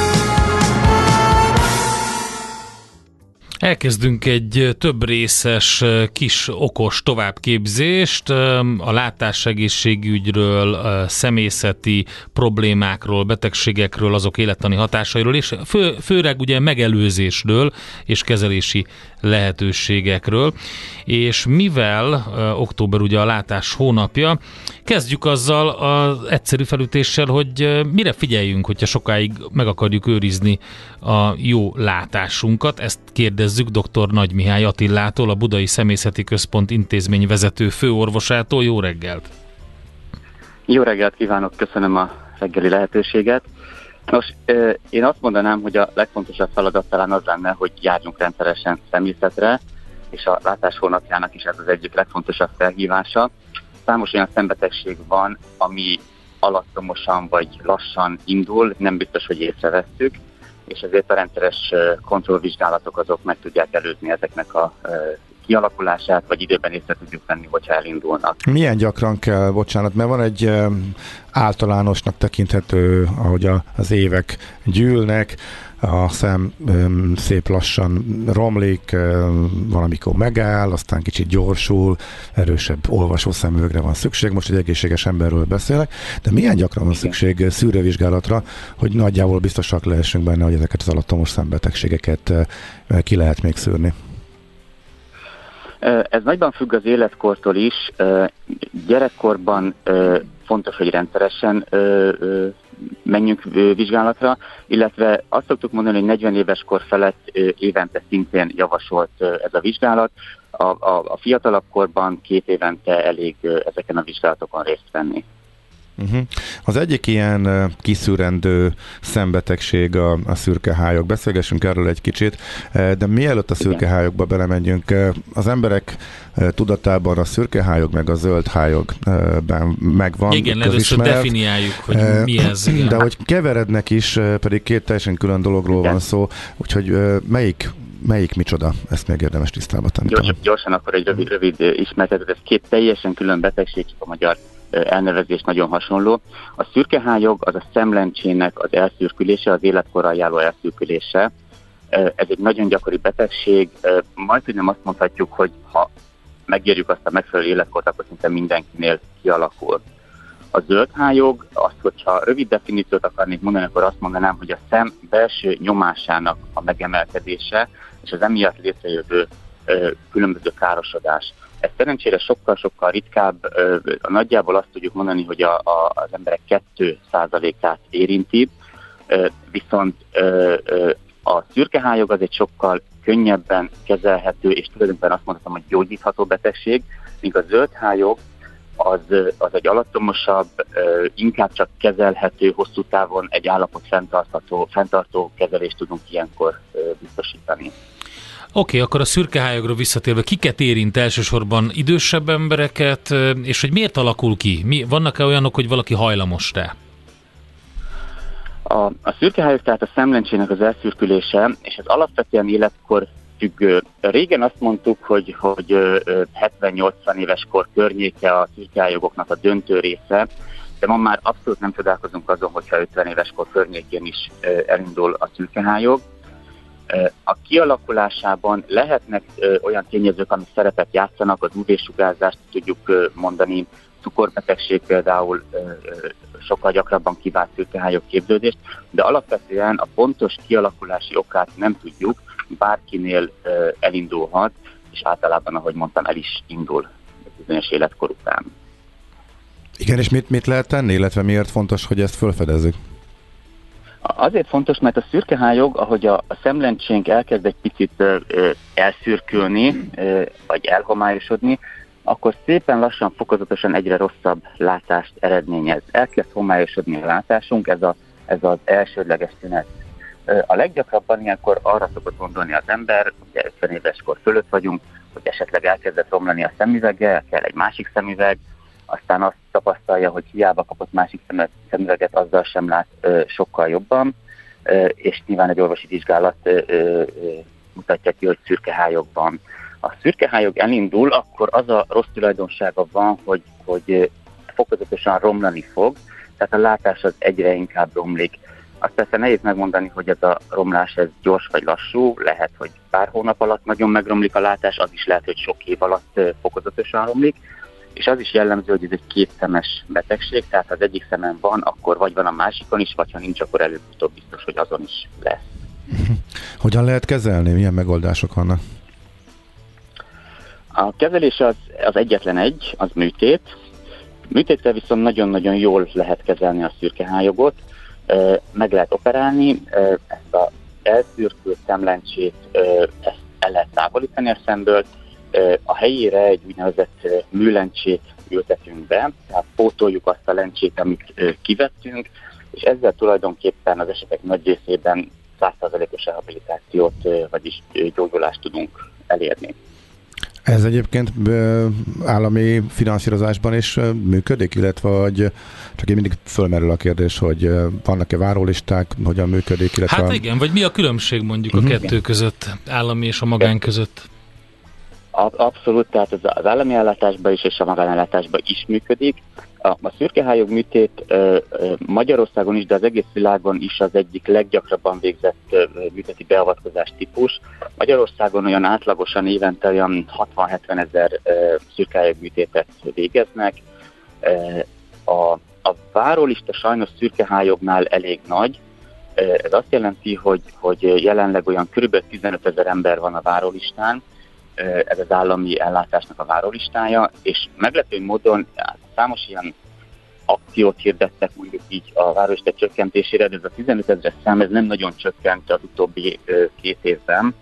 Elkezdünk egy több részes, kis, okos továbbképzést a látássegészségügyről, személyzeti problémákról, betegségekről, azok élettani hatásairól, és főleg ugye megelőzésről és kezelési lehetőségekről. És mivel október ugye a látás hónapja, kezdjük azzal az egyszerű felütéssel, hogy mire figyeljünk, hogyha sokáig meg akarjuk őrizni a jó látásunkat. Ezt kérdezzük dr. Nagy Mihály Attillától, a Budai Személyzeti Központ intézményvezető főorvosától. Jó reggelt! Jó reggelt kívánok, köszönöm a reggeli lehetőséget. Nos, én azt mondanám, hogy a legfontosabb feladat talán az lenne, hogy járjunk rendszeresen szemészetre, és a látás hónapjának is ez az egyik legfontosabb felhívása. Számos olyan szembetegség van, ami alattomosan vagy lassan indul, nem biztos, hogy észrevesszük, és ezért a rendszeres kontrollvizsgálatok azok meg tudják előzni ezeknek a kialakulását, vagy időben észre tudjuk venni, hogyha elindulnak. Milyen gyakran kell, bocsánat, mert van egy általánosnak tekinthető, ahogy az évek gyűlnek, a szem szép lassan romlik, valamikor megáll, aztán kicsit gyorsul, erősebb olvasószemüvegre van szükség, most egy egészséges emberről beszélek, de milyen gyakran van szükség szűrővizsgálatra, hogy nagyjából biztosak lehessünk benne, hogy ezeket az alattomos szembetegségeket ki lehet még szűrni? Ez nagyban függ az életkortól is. Gyerekkorban fontos, hogy rendszeresen menjünk vizsgálatra, illetve azt szoktuk mondani, hogy 40 éves kor felett évente szintén javasolt ez a vizsgálat. A fiatalabb korban 2 évente elég ezeken a vizsgálatokon részt venni. Az egyik ilyen kiszűrendő szembetegség a szürkehályok. Beszélgessünk erről egy kicsit, de mielőtt a szürkehályokba belemenjünk, az emberek tudatában a szürkehályog meg a zöldhályog megvan. Igen, először definiáljuk, hogy mi ez. Igen. De hogy keverednek is, pedig 2 teljesen külön dologról van szó, úgyhogy melyik micsoda? Ezt még érdemes tisztába tenni. Gyorsan akkor egy rövid ismertetet. Ez 2 teljesen külön betegség, csak a magyar elnevezés nagyon hasonló. A szürkehályog az a szemlencsének az elszürkülése, az életkorral járó elszürkülése. Ez egy nagyon gyakori betegség. Majdnem nem azt mondhatjuk, hogy ha megérjük azt a megfelelő életkort, akkor szinte mindenkinél kialakul. A zöldhályog, azt, hogyha rövid definíciót akarnék mondani, akkor azt mondanám, hogy a szem belső nyomásának a megemelkedése, és az emiatt létrejövő különböző károsodás. Ez szerencsére sokkal-sokkal ritkább, nagyjából azt tudjuk mondani, hogy az emberek 2%-át érinti, viszont a szürkehályog az egy sokkal könnyebben kezelhető, és tulajdonképpen azt mondhatom, hogy gyógyítható betegség, míg a zöldhályog az egy alattomosabb, inkább csak kezelhető, hosszú távon egy állapot fenntartó kezelést tudunk ilyenkor biztosítani. Oké, akkor a szürkehályogról visszatérve, kiket érint elsősorban? Idősebb embereket, és hogy miért alakul ki? Vannak-e olyanok, hogy valaki hajlamos rá? A szürkehályog, tehát a szemlencsének az elszürkülése, és ez alapvetően életkor függő. Régen azt mondtuk, hogy 70-80 éves kor környéke a szürkehályogoknak a döntő része, de ma már abszolút nem csodálkozunk azon, hogyha 50 éves kor környékén is elindul a szürkehályog. A kialakulásában lehetnek olyan tényezők, amik szerepet játszanak, az UV-sugárzást tudjuk mondani, cukorbetegség például sokkal gyakrabban kivált szürkehályog képződést, de alapvetően a pontos kialakulási okát nem tudjuk, bárkinél elindulhat, és általában, ahogy mondtam, el is indul bizonyos életkor után. Igen, és mit lehet tenni, illetve miért fontos, hogy ezt felfedezzük? Azért fontos, mert a szürkehályog, ahogy a szemlencsénk elkezd egy picit elszürkülni, vagy elhomályosodni, akkor szépen lassan, fokozatosan egyre rosszabb látást eredményez. Elkezd homályosodni a látásunk, ez az elsődleges tünet. A leggyakrabban ilyenkor arra szokott gondolni az ember, ugye 50 éves kor fölött vagyunk, hogy esetleg elkezdett romlani a szemüvege, kell egy másik szemüveg, aztán azt tapasztalja, hogy hiába kapott másik szemüveget, azzal sem lát sokkal jobban, és nyilván egy orvosi vizsgálat mutatja ki, hogy szürkehályog van. A szürkehályog elindul, akkor az a rossz tulajdonsága van, hogy fokozatosan romlani fog, tehát a látás az egyre inkább romlik. Azt persze nehéz megmondani, hogy ez a romlás ez gyors vagy lassú, lehet, hogy pár hónap alatt nagyon megromlik a látás, az is lehet, hogy sok év alatt fokozatosan romlik, és az is jellemző, hogy ez egy kétszemes betegség, tehát ha az egyik szemen van, akkor vagy van a másikon is, vagy ha nincs, akkor előbb-utóbb biztos, hogy azon is lesz. Hogyan lehet kezelni? Milyen megoldások vannak? A kezelés az egyetlen egy, az műtét. Műtéttel viszont nagyon-nagyon jól lehet kezelni a szürkehályogot, meg lehet operálni, ezt az elszürkült szemlencsét ezt el lehet távolítani a szemből, a helyére egy úgynevezett műlencsét ültetünk be, tehát pótoljuk azt a lencsét, amit kivettünk, és ezzel tulajdonképpen az esetek nagy részében 100%-os rehabilitációt, vagyis gyógyulást tudunk elérni. Ez egyébként állami finanszírozásban is működik, illetve hogy csak én mindig fölmerül a kérdés, hogy vannak-e várólisták, hogyan működik, illetve... Hát igen, vagy mi a különbség mondjuk a kettő között, állami és a magán között? Abszolút, tehát az állami ellátásban is és a magánellátásban is működik. A szürkehályog műtét Magyarországon is, de az egész világon is az egyik leggyakrabban végzett műtéti beavatkozás típus. Magyarországon olyan átlagosan évente olyan 60-70 ezer szürkehályog műtétet végeznek. A várólista sajnos szürkehályognál elég nagy. Ez azt jelenti, hogy jelenleg olyan kb. 15 ezer ember van a várólistán. Ez az állami ellátásnak a várólistája, és meglepő módon számos ilyen akciót hirdettek mondjuk így a várólista csökkentésére, de ez a 15 ezeres szám ez nem nagyon csökkent az utóbbi 2 évben.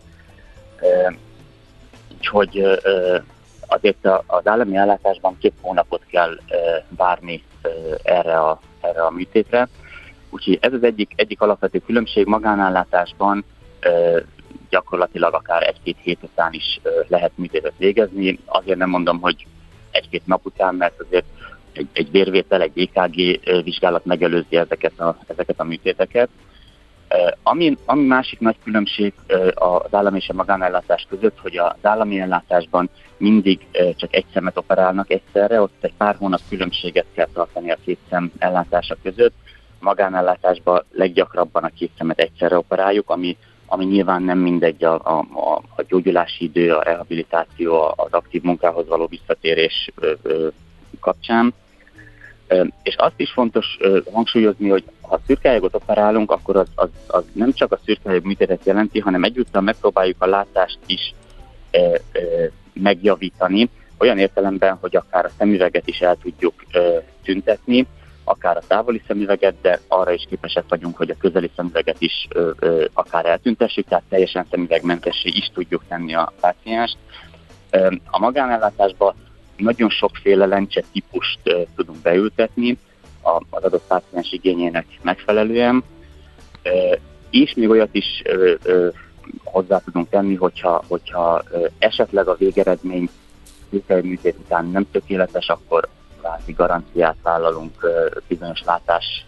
Úgyhogy azért az állami ellátásban 2 hónapot kell várni erre a műtétre. Úgyhogy ez az egyik alapvető különbség. Magánellátásban gyakorlatilag akár 1-2 hét után is lehet műtétet végezni. Azért nem mondom, hogy 1-2 nap után, mert azért egy vérvétel, egy EKG vizsgálat megelőzi ezeket a műtéteket. Ami másik nagy különbség az állami és a magánellátás között, hogy az állami ellátásban mindig csak egy szemet operálnak egyszerre, ott egy pár hónap különbséget kell tartani a 2 szem ellátása között. Magánellátásban leggyakrabban a 2 szemet egyszerre operáljuk, ami nyilván nem mindegy a gyógyulási idő, a rehabilitáció, az aktív munkához való visszatérés kapcsán. És azt is fontos hangsúlyozni, hogy ha szürkehálygot operálunk, akkor az nem csak a szürkehályog műtétet jelenti, hanem egyúttal megpróbáljuk a látást is megjavítani, olyan értelemben, hogy akár a szemüveget is el tudjuk tüntetni, akár a távoli szemüveget, de arra is képesek vagyunk, hogy a közeli szemüveget is akár eltüntessük, tehát teljesen szemüvegmentessé is tudjuk tenni a pácienst. A magánellátásban nagyon sokféle lencse típust tudunk beültetni az adott páciens igényének megfelelően, és még olyat is hozzá tudunk tenni, hogyha esetleg a végeredmény műtét után nem tökéletes, akkor kvázi garanciát vállalunk bizonyos látás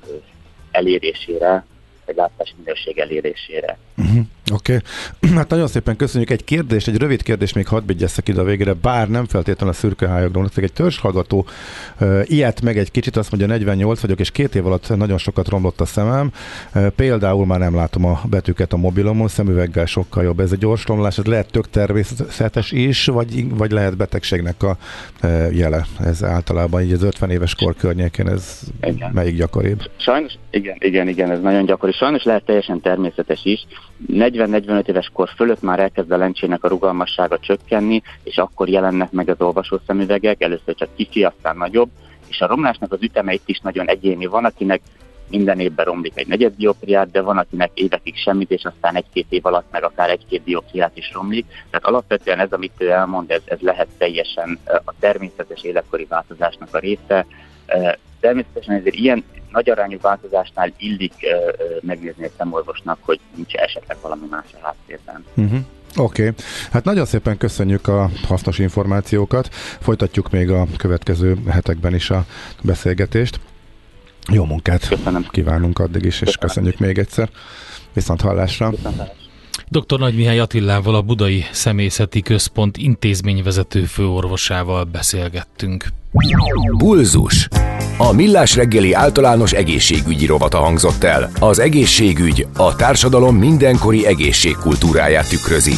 elérésére, vagy látásminőség elérésére. Oké. Hát nagyon szépen köszönjük. Egy rövid kérdés még hadd vigyesszek ide a végére, bár nem feltétlenül a szürkehályogról. Egy törzshallgató ilyet meg egy kicsit, azt mondja, 48 vagyok, és 2 év alatt nagyon sokat romlott a szemem. Például már nem látom a betűket a mobilomon, szemüveggel sokkal jobb. Ez egy gyors romlás, ez lehet tök természetes is, vagy lehet betegségnek a jele. Ez általában így az 50 éves kor környékén, ez igen. Melyik gyakoribb? Sajnos, igen, ez nagyon gyakori. Sajnos lehet teljesen természetes is. 40-45 éves kor fölött már elkezd a lencsének a rugalmassága csökkenni, és akkor jelennek meg az olvasószemüvegek, először csak kicsi, aztán nagyobb, és a romlásnak az üteme itt is nagyon egyéni. Van, akinek minden évben romlik egy negyed dioptriát, de van, akinek évekig semmit, és aztán 1-2 év alatt meg akár 1-2 dioptriát is romlik. Tehát alapvetően ez, amit ő elmond, ez lehet teljesen a természetes életkori változásnak a része. Természetesen ezért ilyen nagy arányú változásnál illik megnézni egy szemorvosnak, hogy nincs esetleg valami más a háttérben. Oké. Hát nagyon szépen köszönjük a hasznos információkat. Folytatjuk még a következő hetekben is a beszélgetést. Jó munkát kívánunk addig is, és köszönjük még egyszer. Viszont hallásra. Dr. Nagy Mihály Attilával, a Budai Személyzeti Központ intézményvezető főorvosával beszélgettünk. Pulzus. A Millás reggeli általános egészségügyi rovata hangzott el. Az egészségügy a társadalom mindenkori egészségkultúráját tükrözi.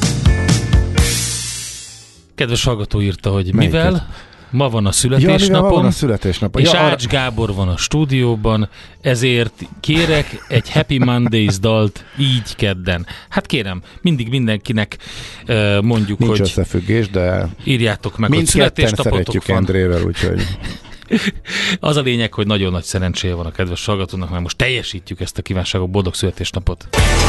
Kedves hallgató írta, hogy mivel ma van a születésnapom, és Ács Gábor van a stúdióban, ezért kérek egy Happy Mondays dalt így kedden. Hát kérem, mindig mindenkinek mondjuk, nincs hogy összefüggés, de írjátok meg, hogy születésnapotok van. Endrével, úgyhogy... Az a lényeg, hogy nagyon nagy szerencséje van a kedves hallgatónak, mert most teljesítjük ezt a kívánságot, boldog születésnapot.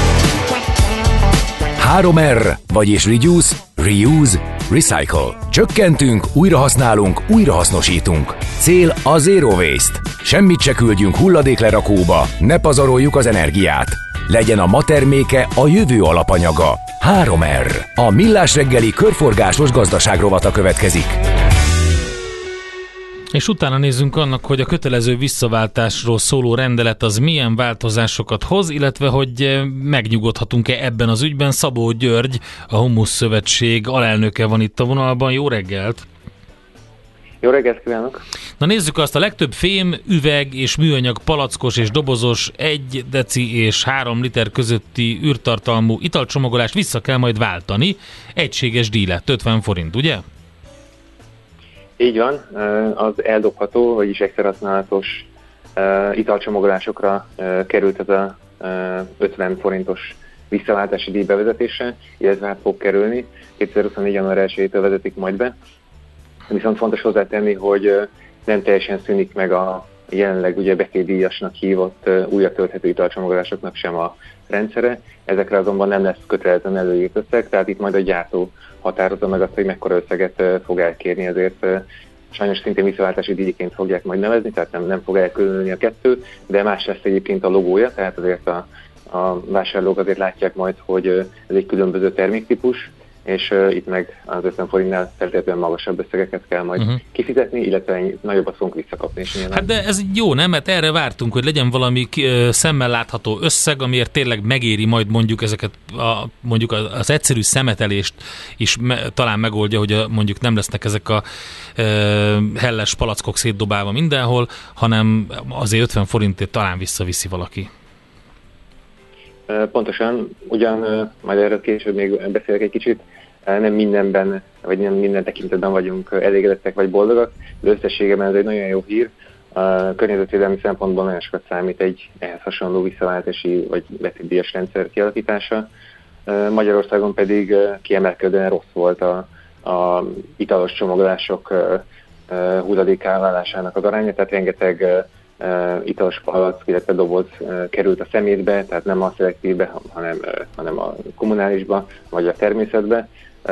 3R, vagyis Reduce, Reuse, Recycle. Csökkentünk, újrahasználunk, újrahasznosítunk. Cél a Zero Waste. Semmit se küldjünk hulladéklerakóba, ne pazaroljuk az energiát. Legyen a ma terméke a jövő alapanyaga. 3R. A Millás reggeli körforgásos gazdaságrovata következik. És utána nézzünk annak, hogy a kötelező visszaváltásról szóló rendelet az milyen változásokat hoz, illetve hogy megnyugodhatunk-e ebben az ügyben. Szabó György, a Humusz Szövetség alelnöke van itt a vonalban. Jó reggelt! Jó reggelt kívánok! Na nézzük azt, a legtöbb fém, üveg és műanyag palackos és dobozos 1 deci és 3 liter közötti űrtartalmú italcsomagolást vissza kell majd váltani. Egységes díjlett, 50 forint, ugye? Így van, az eldobható, vagyis egyszerhasználatos italcsomagolásokra került ez a 50 forintos visszaváltási díj bevezetése, illetve hát fog kerülni. 2024. január 1-től vezetik majd be. Viszont fontos hozzátenni, hogy nem teljesen szűnik meg a jelenleg ugye beszéddíjasnak hívott újra tölthető italcsomagolásoknak sem a rendszere. Ezekre azonban nem lesz kötelezően előírt összeg, tehát itt majd a gyártó határozza meg azt, hogy mekkora összeget fog elkérni, ezért sajnos szintén visszaváltási díjként fogják majd nevezni, tehát nem fog elkülönülni a kettő, de más lesz egyébként a logója, tehát azért a vásárlók azért látják majd, hogy ez egy különböző terméktípus, és itt meg az 50 forintnál feltétlenül magasabb összegeket kell majd kifizetni, illetve nagyobbat fogunk visszakapni. Hát de ez jó, nem? Mert erre vártunk, hogy legyen valami szemmel látható összeg, amiért tényleg megéri majd mondjuk ezeket, mondjuk az egyszerű szemetelést is talán megoldja, hogy mondjuk nem lesznek ezek a helles palackok szétdobálva mindenhol, hanem azért 50 forintért talán visszaviszi valaki. Pontosan, ugyan majd erről később még beszélek egy kicsit, nem mindenben, vagy nem minden tekintetben vagyunk elégedettek vagy boldogak, de összességében ez egy nagyon jó hír. A környezetvédelmi szempontból nagyon sokat számít egy ehhez hasonló visszaváltási vagy betétdíjas rendszer kialakítása. Magyarországon pedig kiemelkedően rossz volt a italos csomagolások hulladékká válásának az aránya, tehát rengeteg italos palack, illetve doboz került a szemétbe, tehát nem a szelektívbe, hanem a kommunálisba, vagy a természetbe.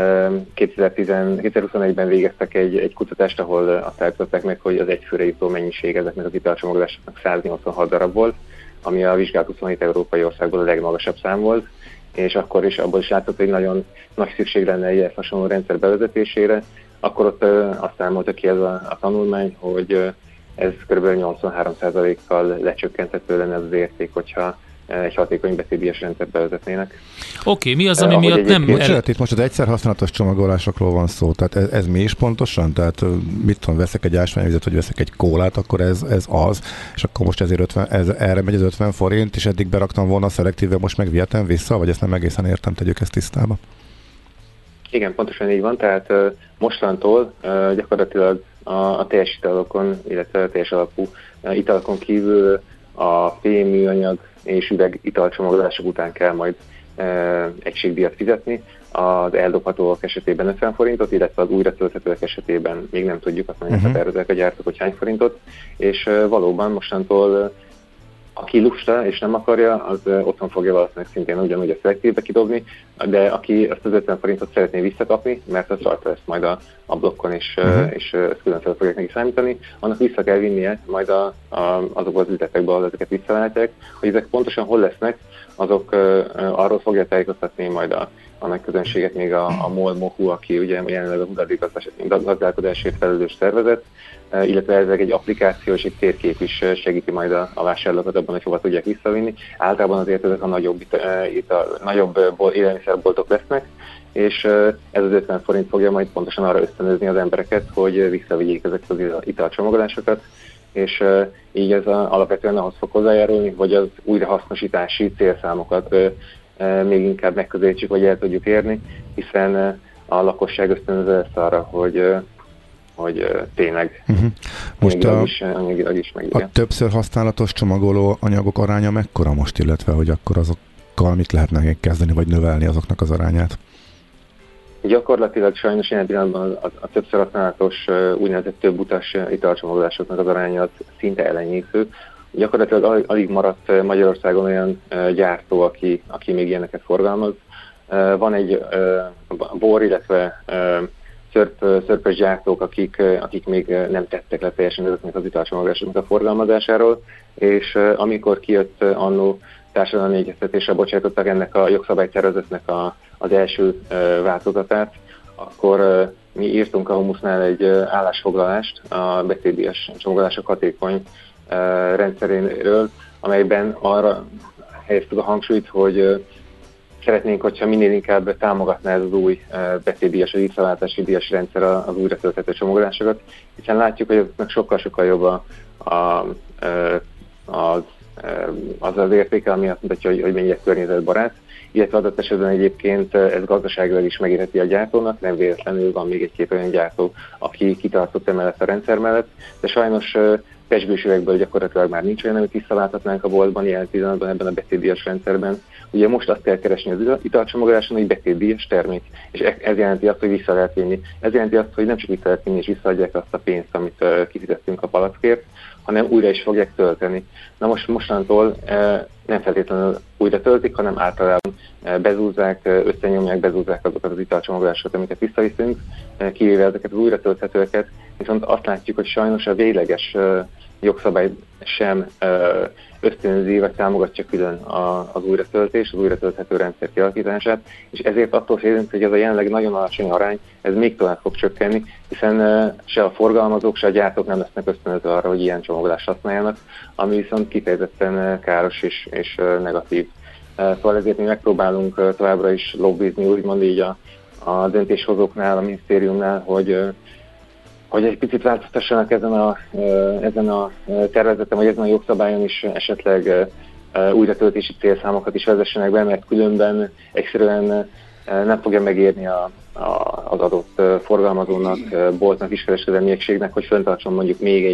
2021-ben végeztek egy kutatást, ahol azt állították meg, hogy az egyfőre jutó mennyiség ezeknek az italcsomagolásoknak 186 darab volt, ami a vizsgált 27 európai országból a legmagasabb szám volt, és akkor is abból is látszott, hogy nagyon nagy szükség lenne egy hasonló rendszer bevezetésére. Akkor ott azt számolta ki ez a tanulmány, hogy ez kb. 83%-kal lecsökkenthető lenne az érték, hogyha egy hatékony betétdíjas rendszert bevezetnének. Oké, mi az, ami miatt nem... Bocsánat, itt most az egyszer használatos csomagolásokról van szó, tehát ez mi is pontosan? Tehát mit tudom, veszek egy ásványvizet, vagy veszek egy kólát, akkor ez az, és akkor most ezért erre megy az 50 forint, és eddig beraktam volna szelektíve, most meg vihetem vissza, vagy ezt nem egészen értem, tegyük ezt tisztába? Igen, pontosan így van, tehát mostantól gyakorlatilag a teljes italokon, illetve a teljes alapú italokon kívül a fém, műanyag és üveg italcsomagolások után kell majd egységdíjat fizetni. Az eldobhatóak esetében 50 forintot, illetve az újra tölthetőek esetében még nem tudjuk, azt mondják, határozzák a gyártók, hogy hány forintot, és valóban mostantól aki lusta és nem akarja, az otthon fogja valószínűleg szintén ugyanúgy a szelektívbe kidobni, de aki azt az 50 forintot szeretné visszakapni, mert az rajta lesz majd a blokkon, és ezt különféle fogják neki számítani, annak vissza kell vinnie majd azokba az üzletekbe, ahol ezeket visszaváltják, hogy ezek pontosan hol lesznek, azok arról fogja tájékoztatni majd a nagy közönséget még a MOL MOHU, aki ugye jelenleg a hulladékgazdálkodásért felelős szervezet, illetve ezek egy applikáció és egy térkép is segíti majd a vásárlókat abban, hogy hova tudják visszavinni. Általában azért ezek a nagyobb élelmiszerboltok lesznek, és ez az 50 forint fogja majd pontosan arra ösztönözni az embereket, hogy visszavigyék ezeket az italcsomagolásokat, és így ez alapvetően ahhoz fog hozzájárulni, hogy az újrahasznosítási célszámokat még inkább megközelítsük, vagy el tudjuk érni, hiszen a lakosság ösztönöző lesz arra, hogy tényleg most anyagilag is meg. A többször használatos csomagoló anyagok aránya mekkora most, illetve hogy akkor azokkal mit lehetne kezdeni, vagy növelni azoknak az arányát? Gyakorlatilag sajnos ilyen pillanatban a többször használatos úgynevezett több utas italcsomagolásoknak az aránya az szinte elenyésző. Gyakorlatilag alig maradt Magyarországon olyan gyártó, aki még ilyeneket forgalmaz. Van egy bor, illetve szörpös gyártók, akik még nem tettek le teljesen ezeknek az italcsomagolásoknak a forgalmazásáról, és amikor kijött annó társadalmi egyeztetésre bocsátottak ennek a jogszabálytervezetnek az első változatát, akkor mi írtunk a Humusznál egy állásfoglalást a betétdíjas csomagolások hatékony rendszeréről, amelyben arra helyeztük a hangsúlyt, hogy szeretnénk, hogyha minél inkább támogatná ez az új betétdíjas, az visszaváltási díjas rendszer az újratölthető csomagolásokat, hiszen látjuk, hogy ezeknek sokkal jobb az értéke, ami azt mutatja, hogy mennyire környezetbarát, illetve adott esetben egyébként ez gazdaságilag is megérheti a gyártónak, nem véletlenül van még egy-két olyan gyártó, aki kitartott emellett a rendszer mellett, de sajnos pezsgős üvegből gyakorlatilag már nincs olyan, amit visszaváltatnánk a boltban jelen pillanatban ebben a betétdíjas rendszerben. Ugye most azt kell keresni az italcsomagoláson, hogy betétdíjas termék, és ez jelenti azt, hogy vissza lehet vinni. Ez jelenti azt, hogy nem csak vissza lehet vinni, és visszaadják azt a pénzt, amit kifizettünk a palackért, hanem újra is fogják tölteni. Na mostantól nem feltétlenül újra töltik, hanem általában bezúzzák, összenyomják, bezúzzák azokat az italcsomagolásokat, amiket visszaviszünk, kivéve ezeket az újra tölthetőeket, viszont azt látjuk, hogy sajnos a végleges jogszabály sem ösztönzi, vagy támogatja külön az újratöltés, az újratölthető rendszer kialakítását, és ezért attól félünk, hogy ez a jelenleg nagyon alacsony arány, ez még tovább fog csökkenni, hiszen se a forgalmazók, se a gyártók nem lesznek ösztönözve arra, hogy ilyen csomagolást használjanak, ami viszont kifejezetten káros és negatív. Szóval ezért mi megpróbálunk továbbra is lobbizni, úgymond így a döntéshozóknál, a minisztériumnál, hogy egy picit változtassanak ezen a tervezeten, vagy ezen a jogszabályon is esetleg újratöltési célszámokat is vezessenek be, mert különben egyszerűen nem fogja megérni az adott forgalmazónak, boltnak, kiskereskedelmi egységnek, hogy fenntartson mondjuk még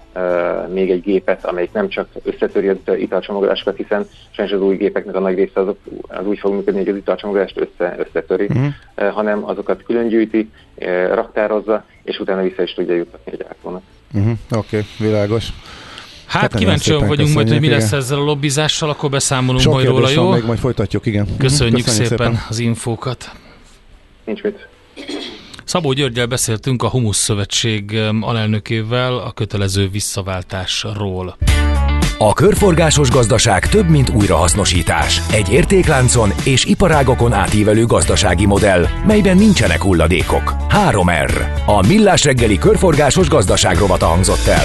egy gépet, amelyik nem csak összetöri az italcsomagolásokat, hiszen sajnos az új gépeknek a nagy része az úgy fog működni, hogy az italcsomagolást összetöri, hanem azokat külön gyűjti, raktározza, és utána vissza is tudja juttatni a gyártónak. Oké, világos. Hát kíváncsian vagyunk majd, hogy mi lesz ezzel a lobbizással, akkor beszámolunk sok majd róla, jó? Még majd folytatjuk, igen. Köszönjük szépen az infókat. Nincs mit. Szabó Györggyel beszéltünk a Humusz Szövetség alelnökével a kötelező visszaváltásról. A körforgásos gazdaság több, mint újrahasznosítás. Egy értékláncon és iparágokon átívelő gazdasági modell, melyben nincsenek hulladékok. 3R. A Millás reggeli körforgásos gazdaság rovata hangzott el.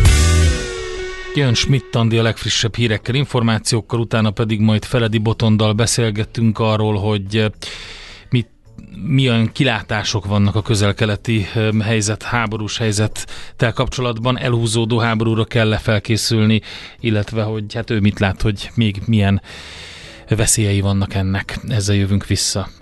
Jön Schmidt Andi a legfrissebb hírekkel, információkkal, utána pedig majd Feledi Botondal beszélgettünk arról, hogy milyen kilátások vannak a közel-keleti háborús helyzettel kapcsolatban, elhúzódó háborúra kell felkészülni, illetve hogy hát ő mit lát, hogy még milyen veszélyei vannak ennek. Ezzel jövünk vissza.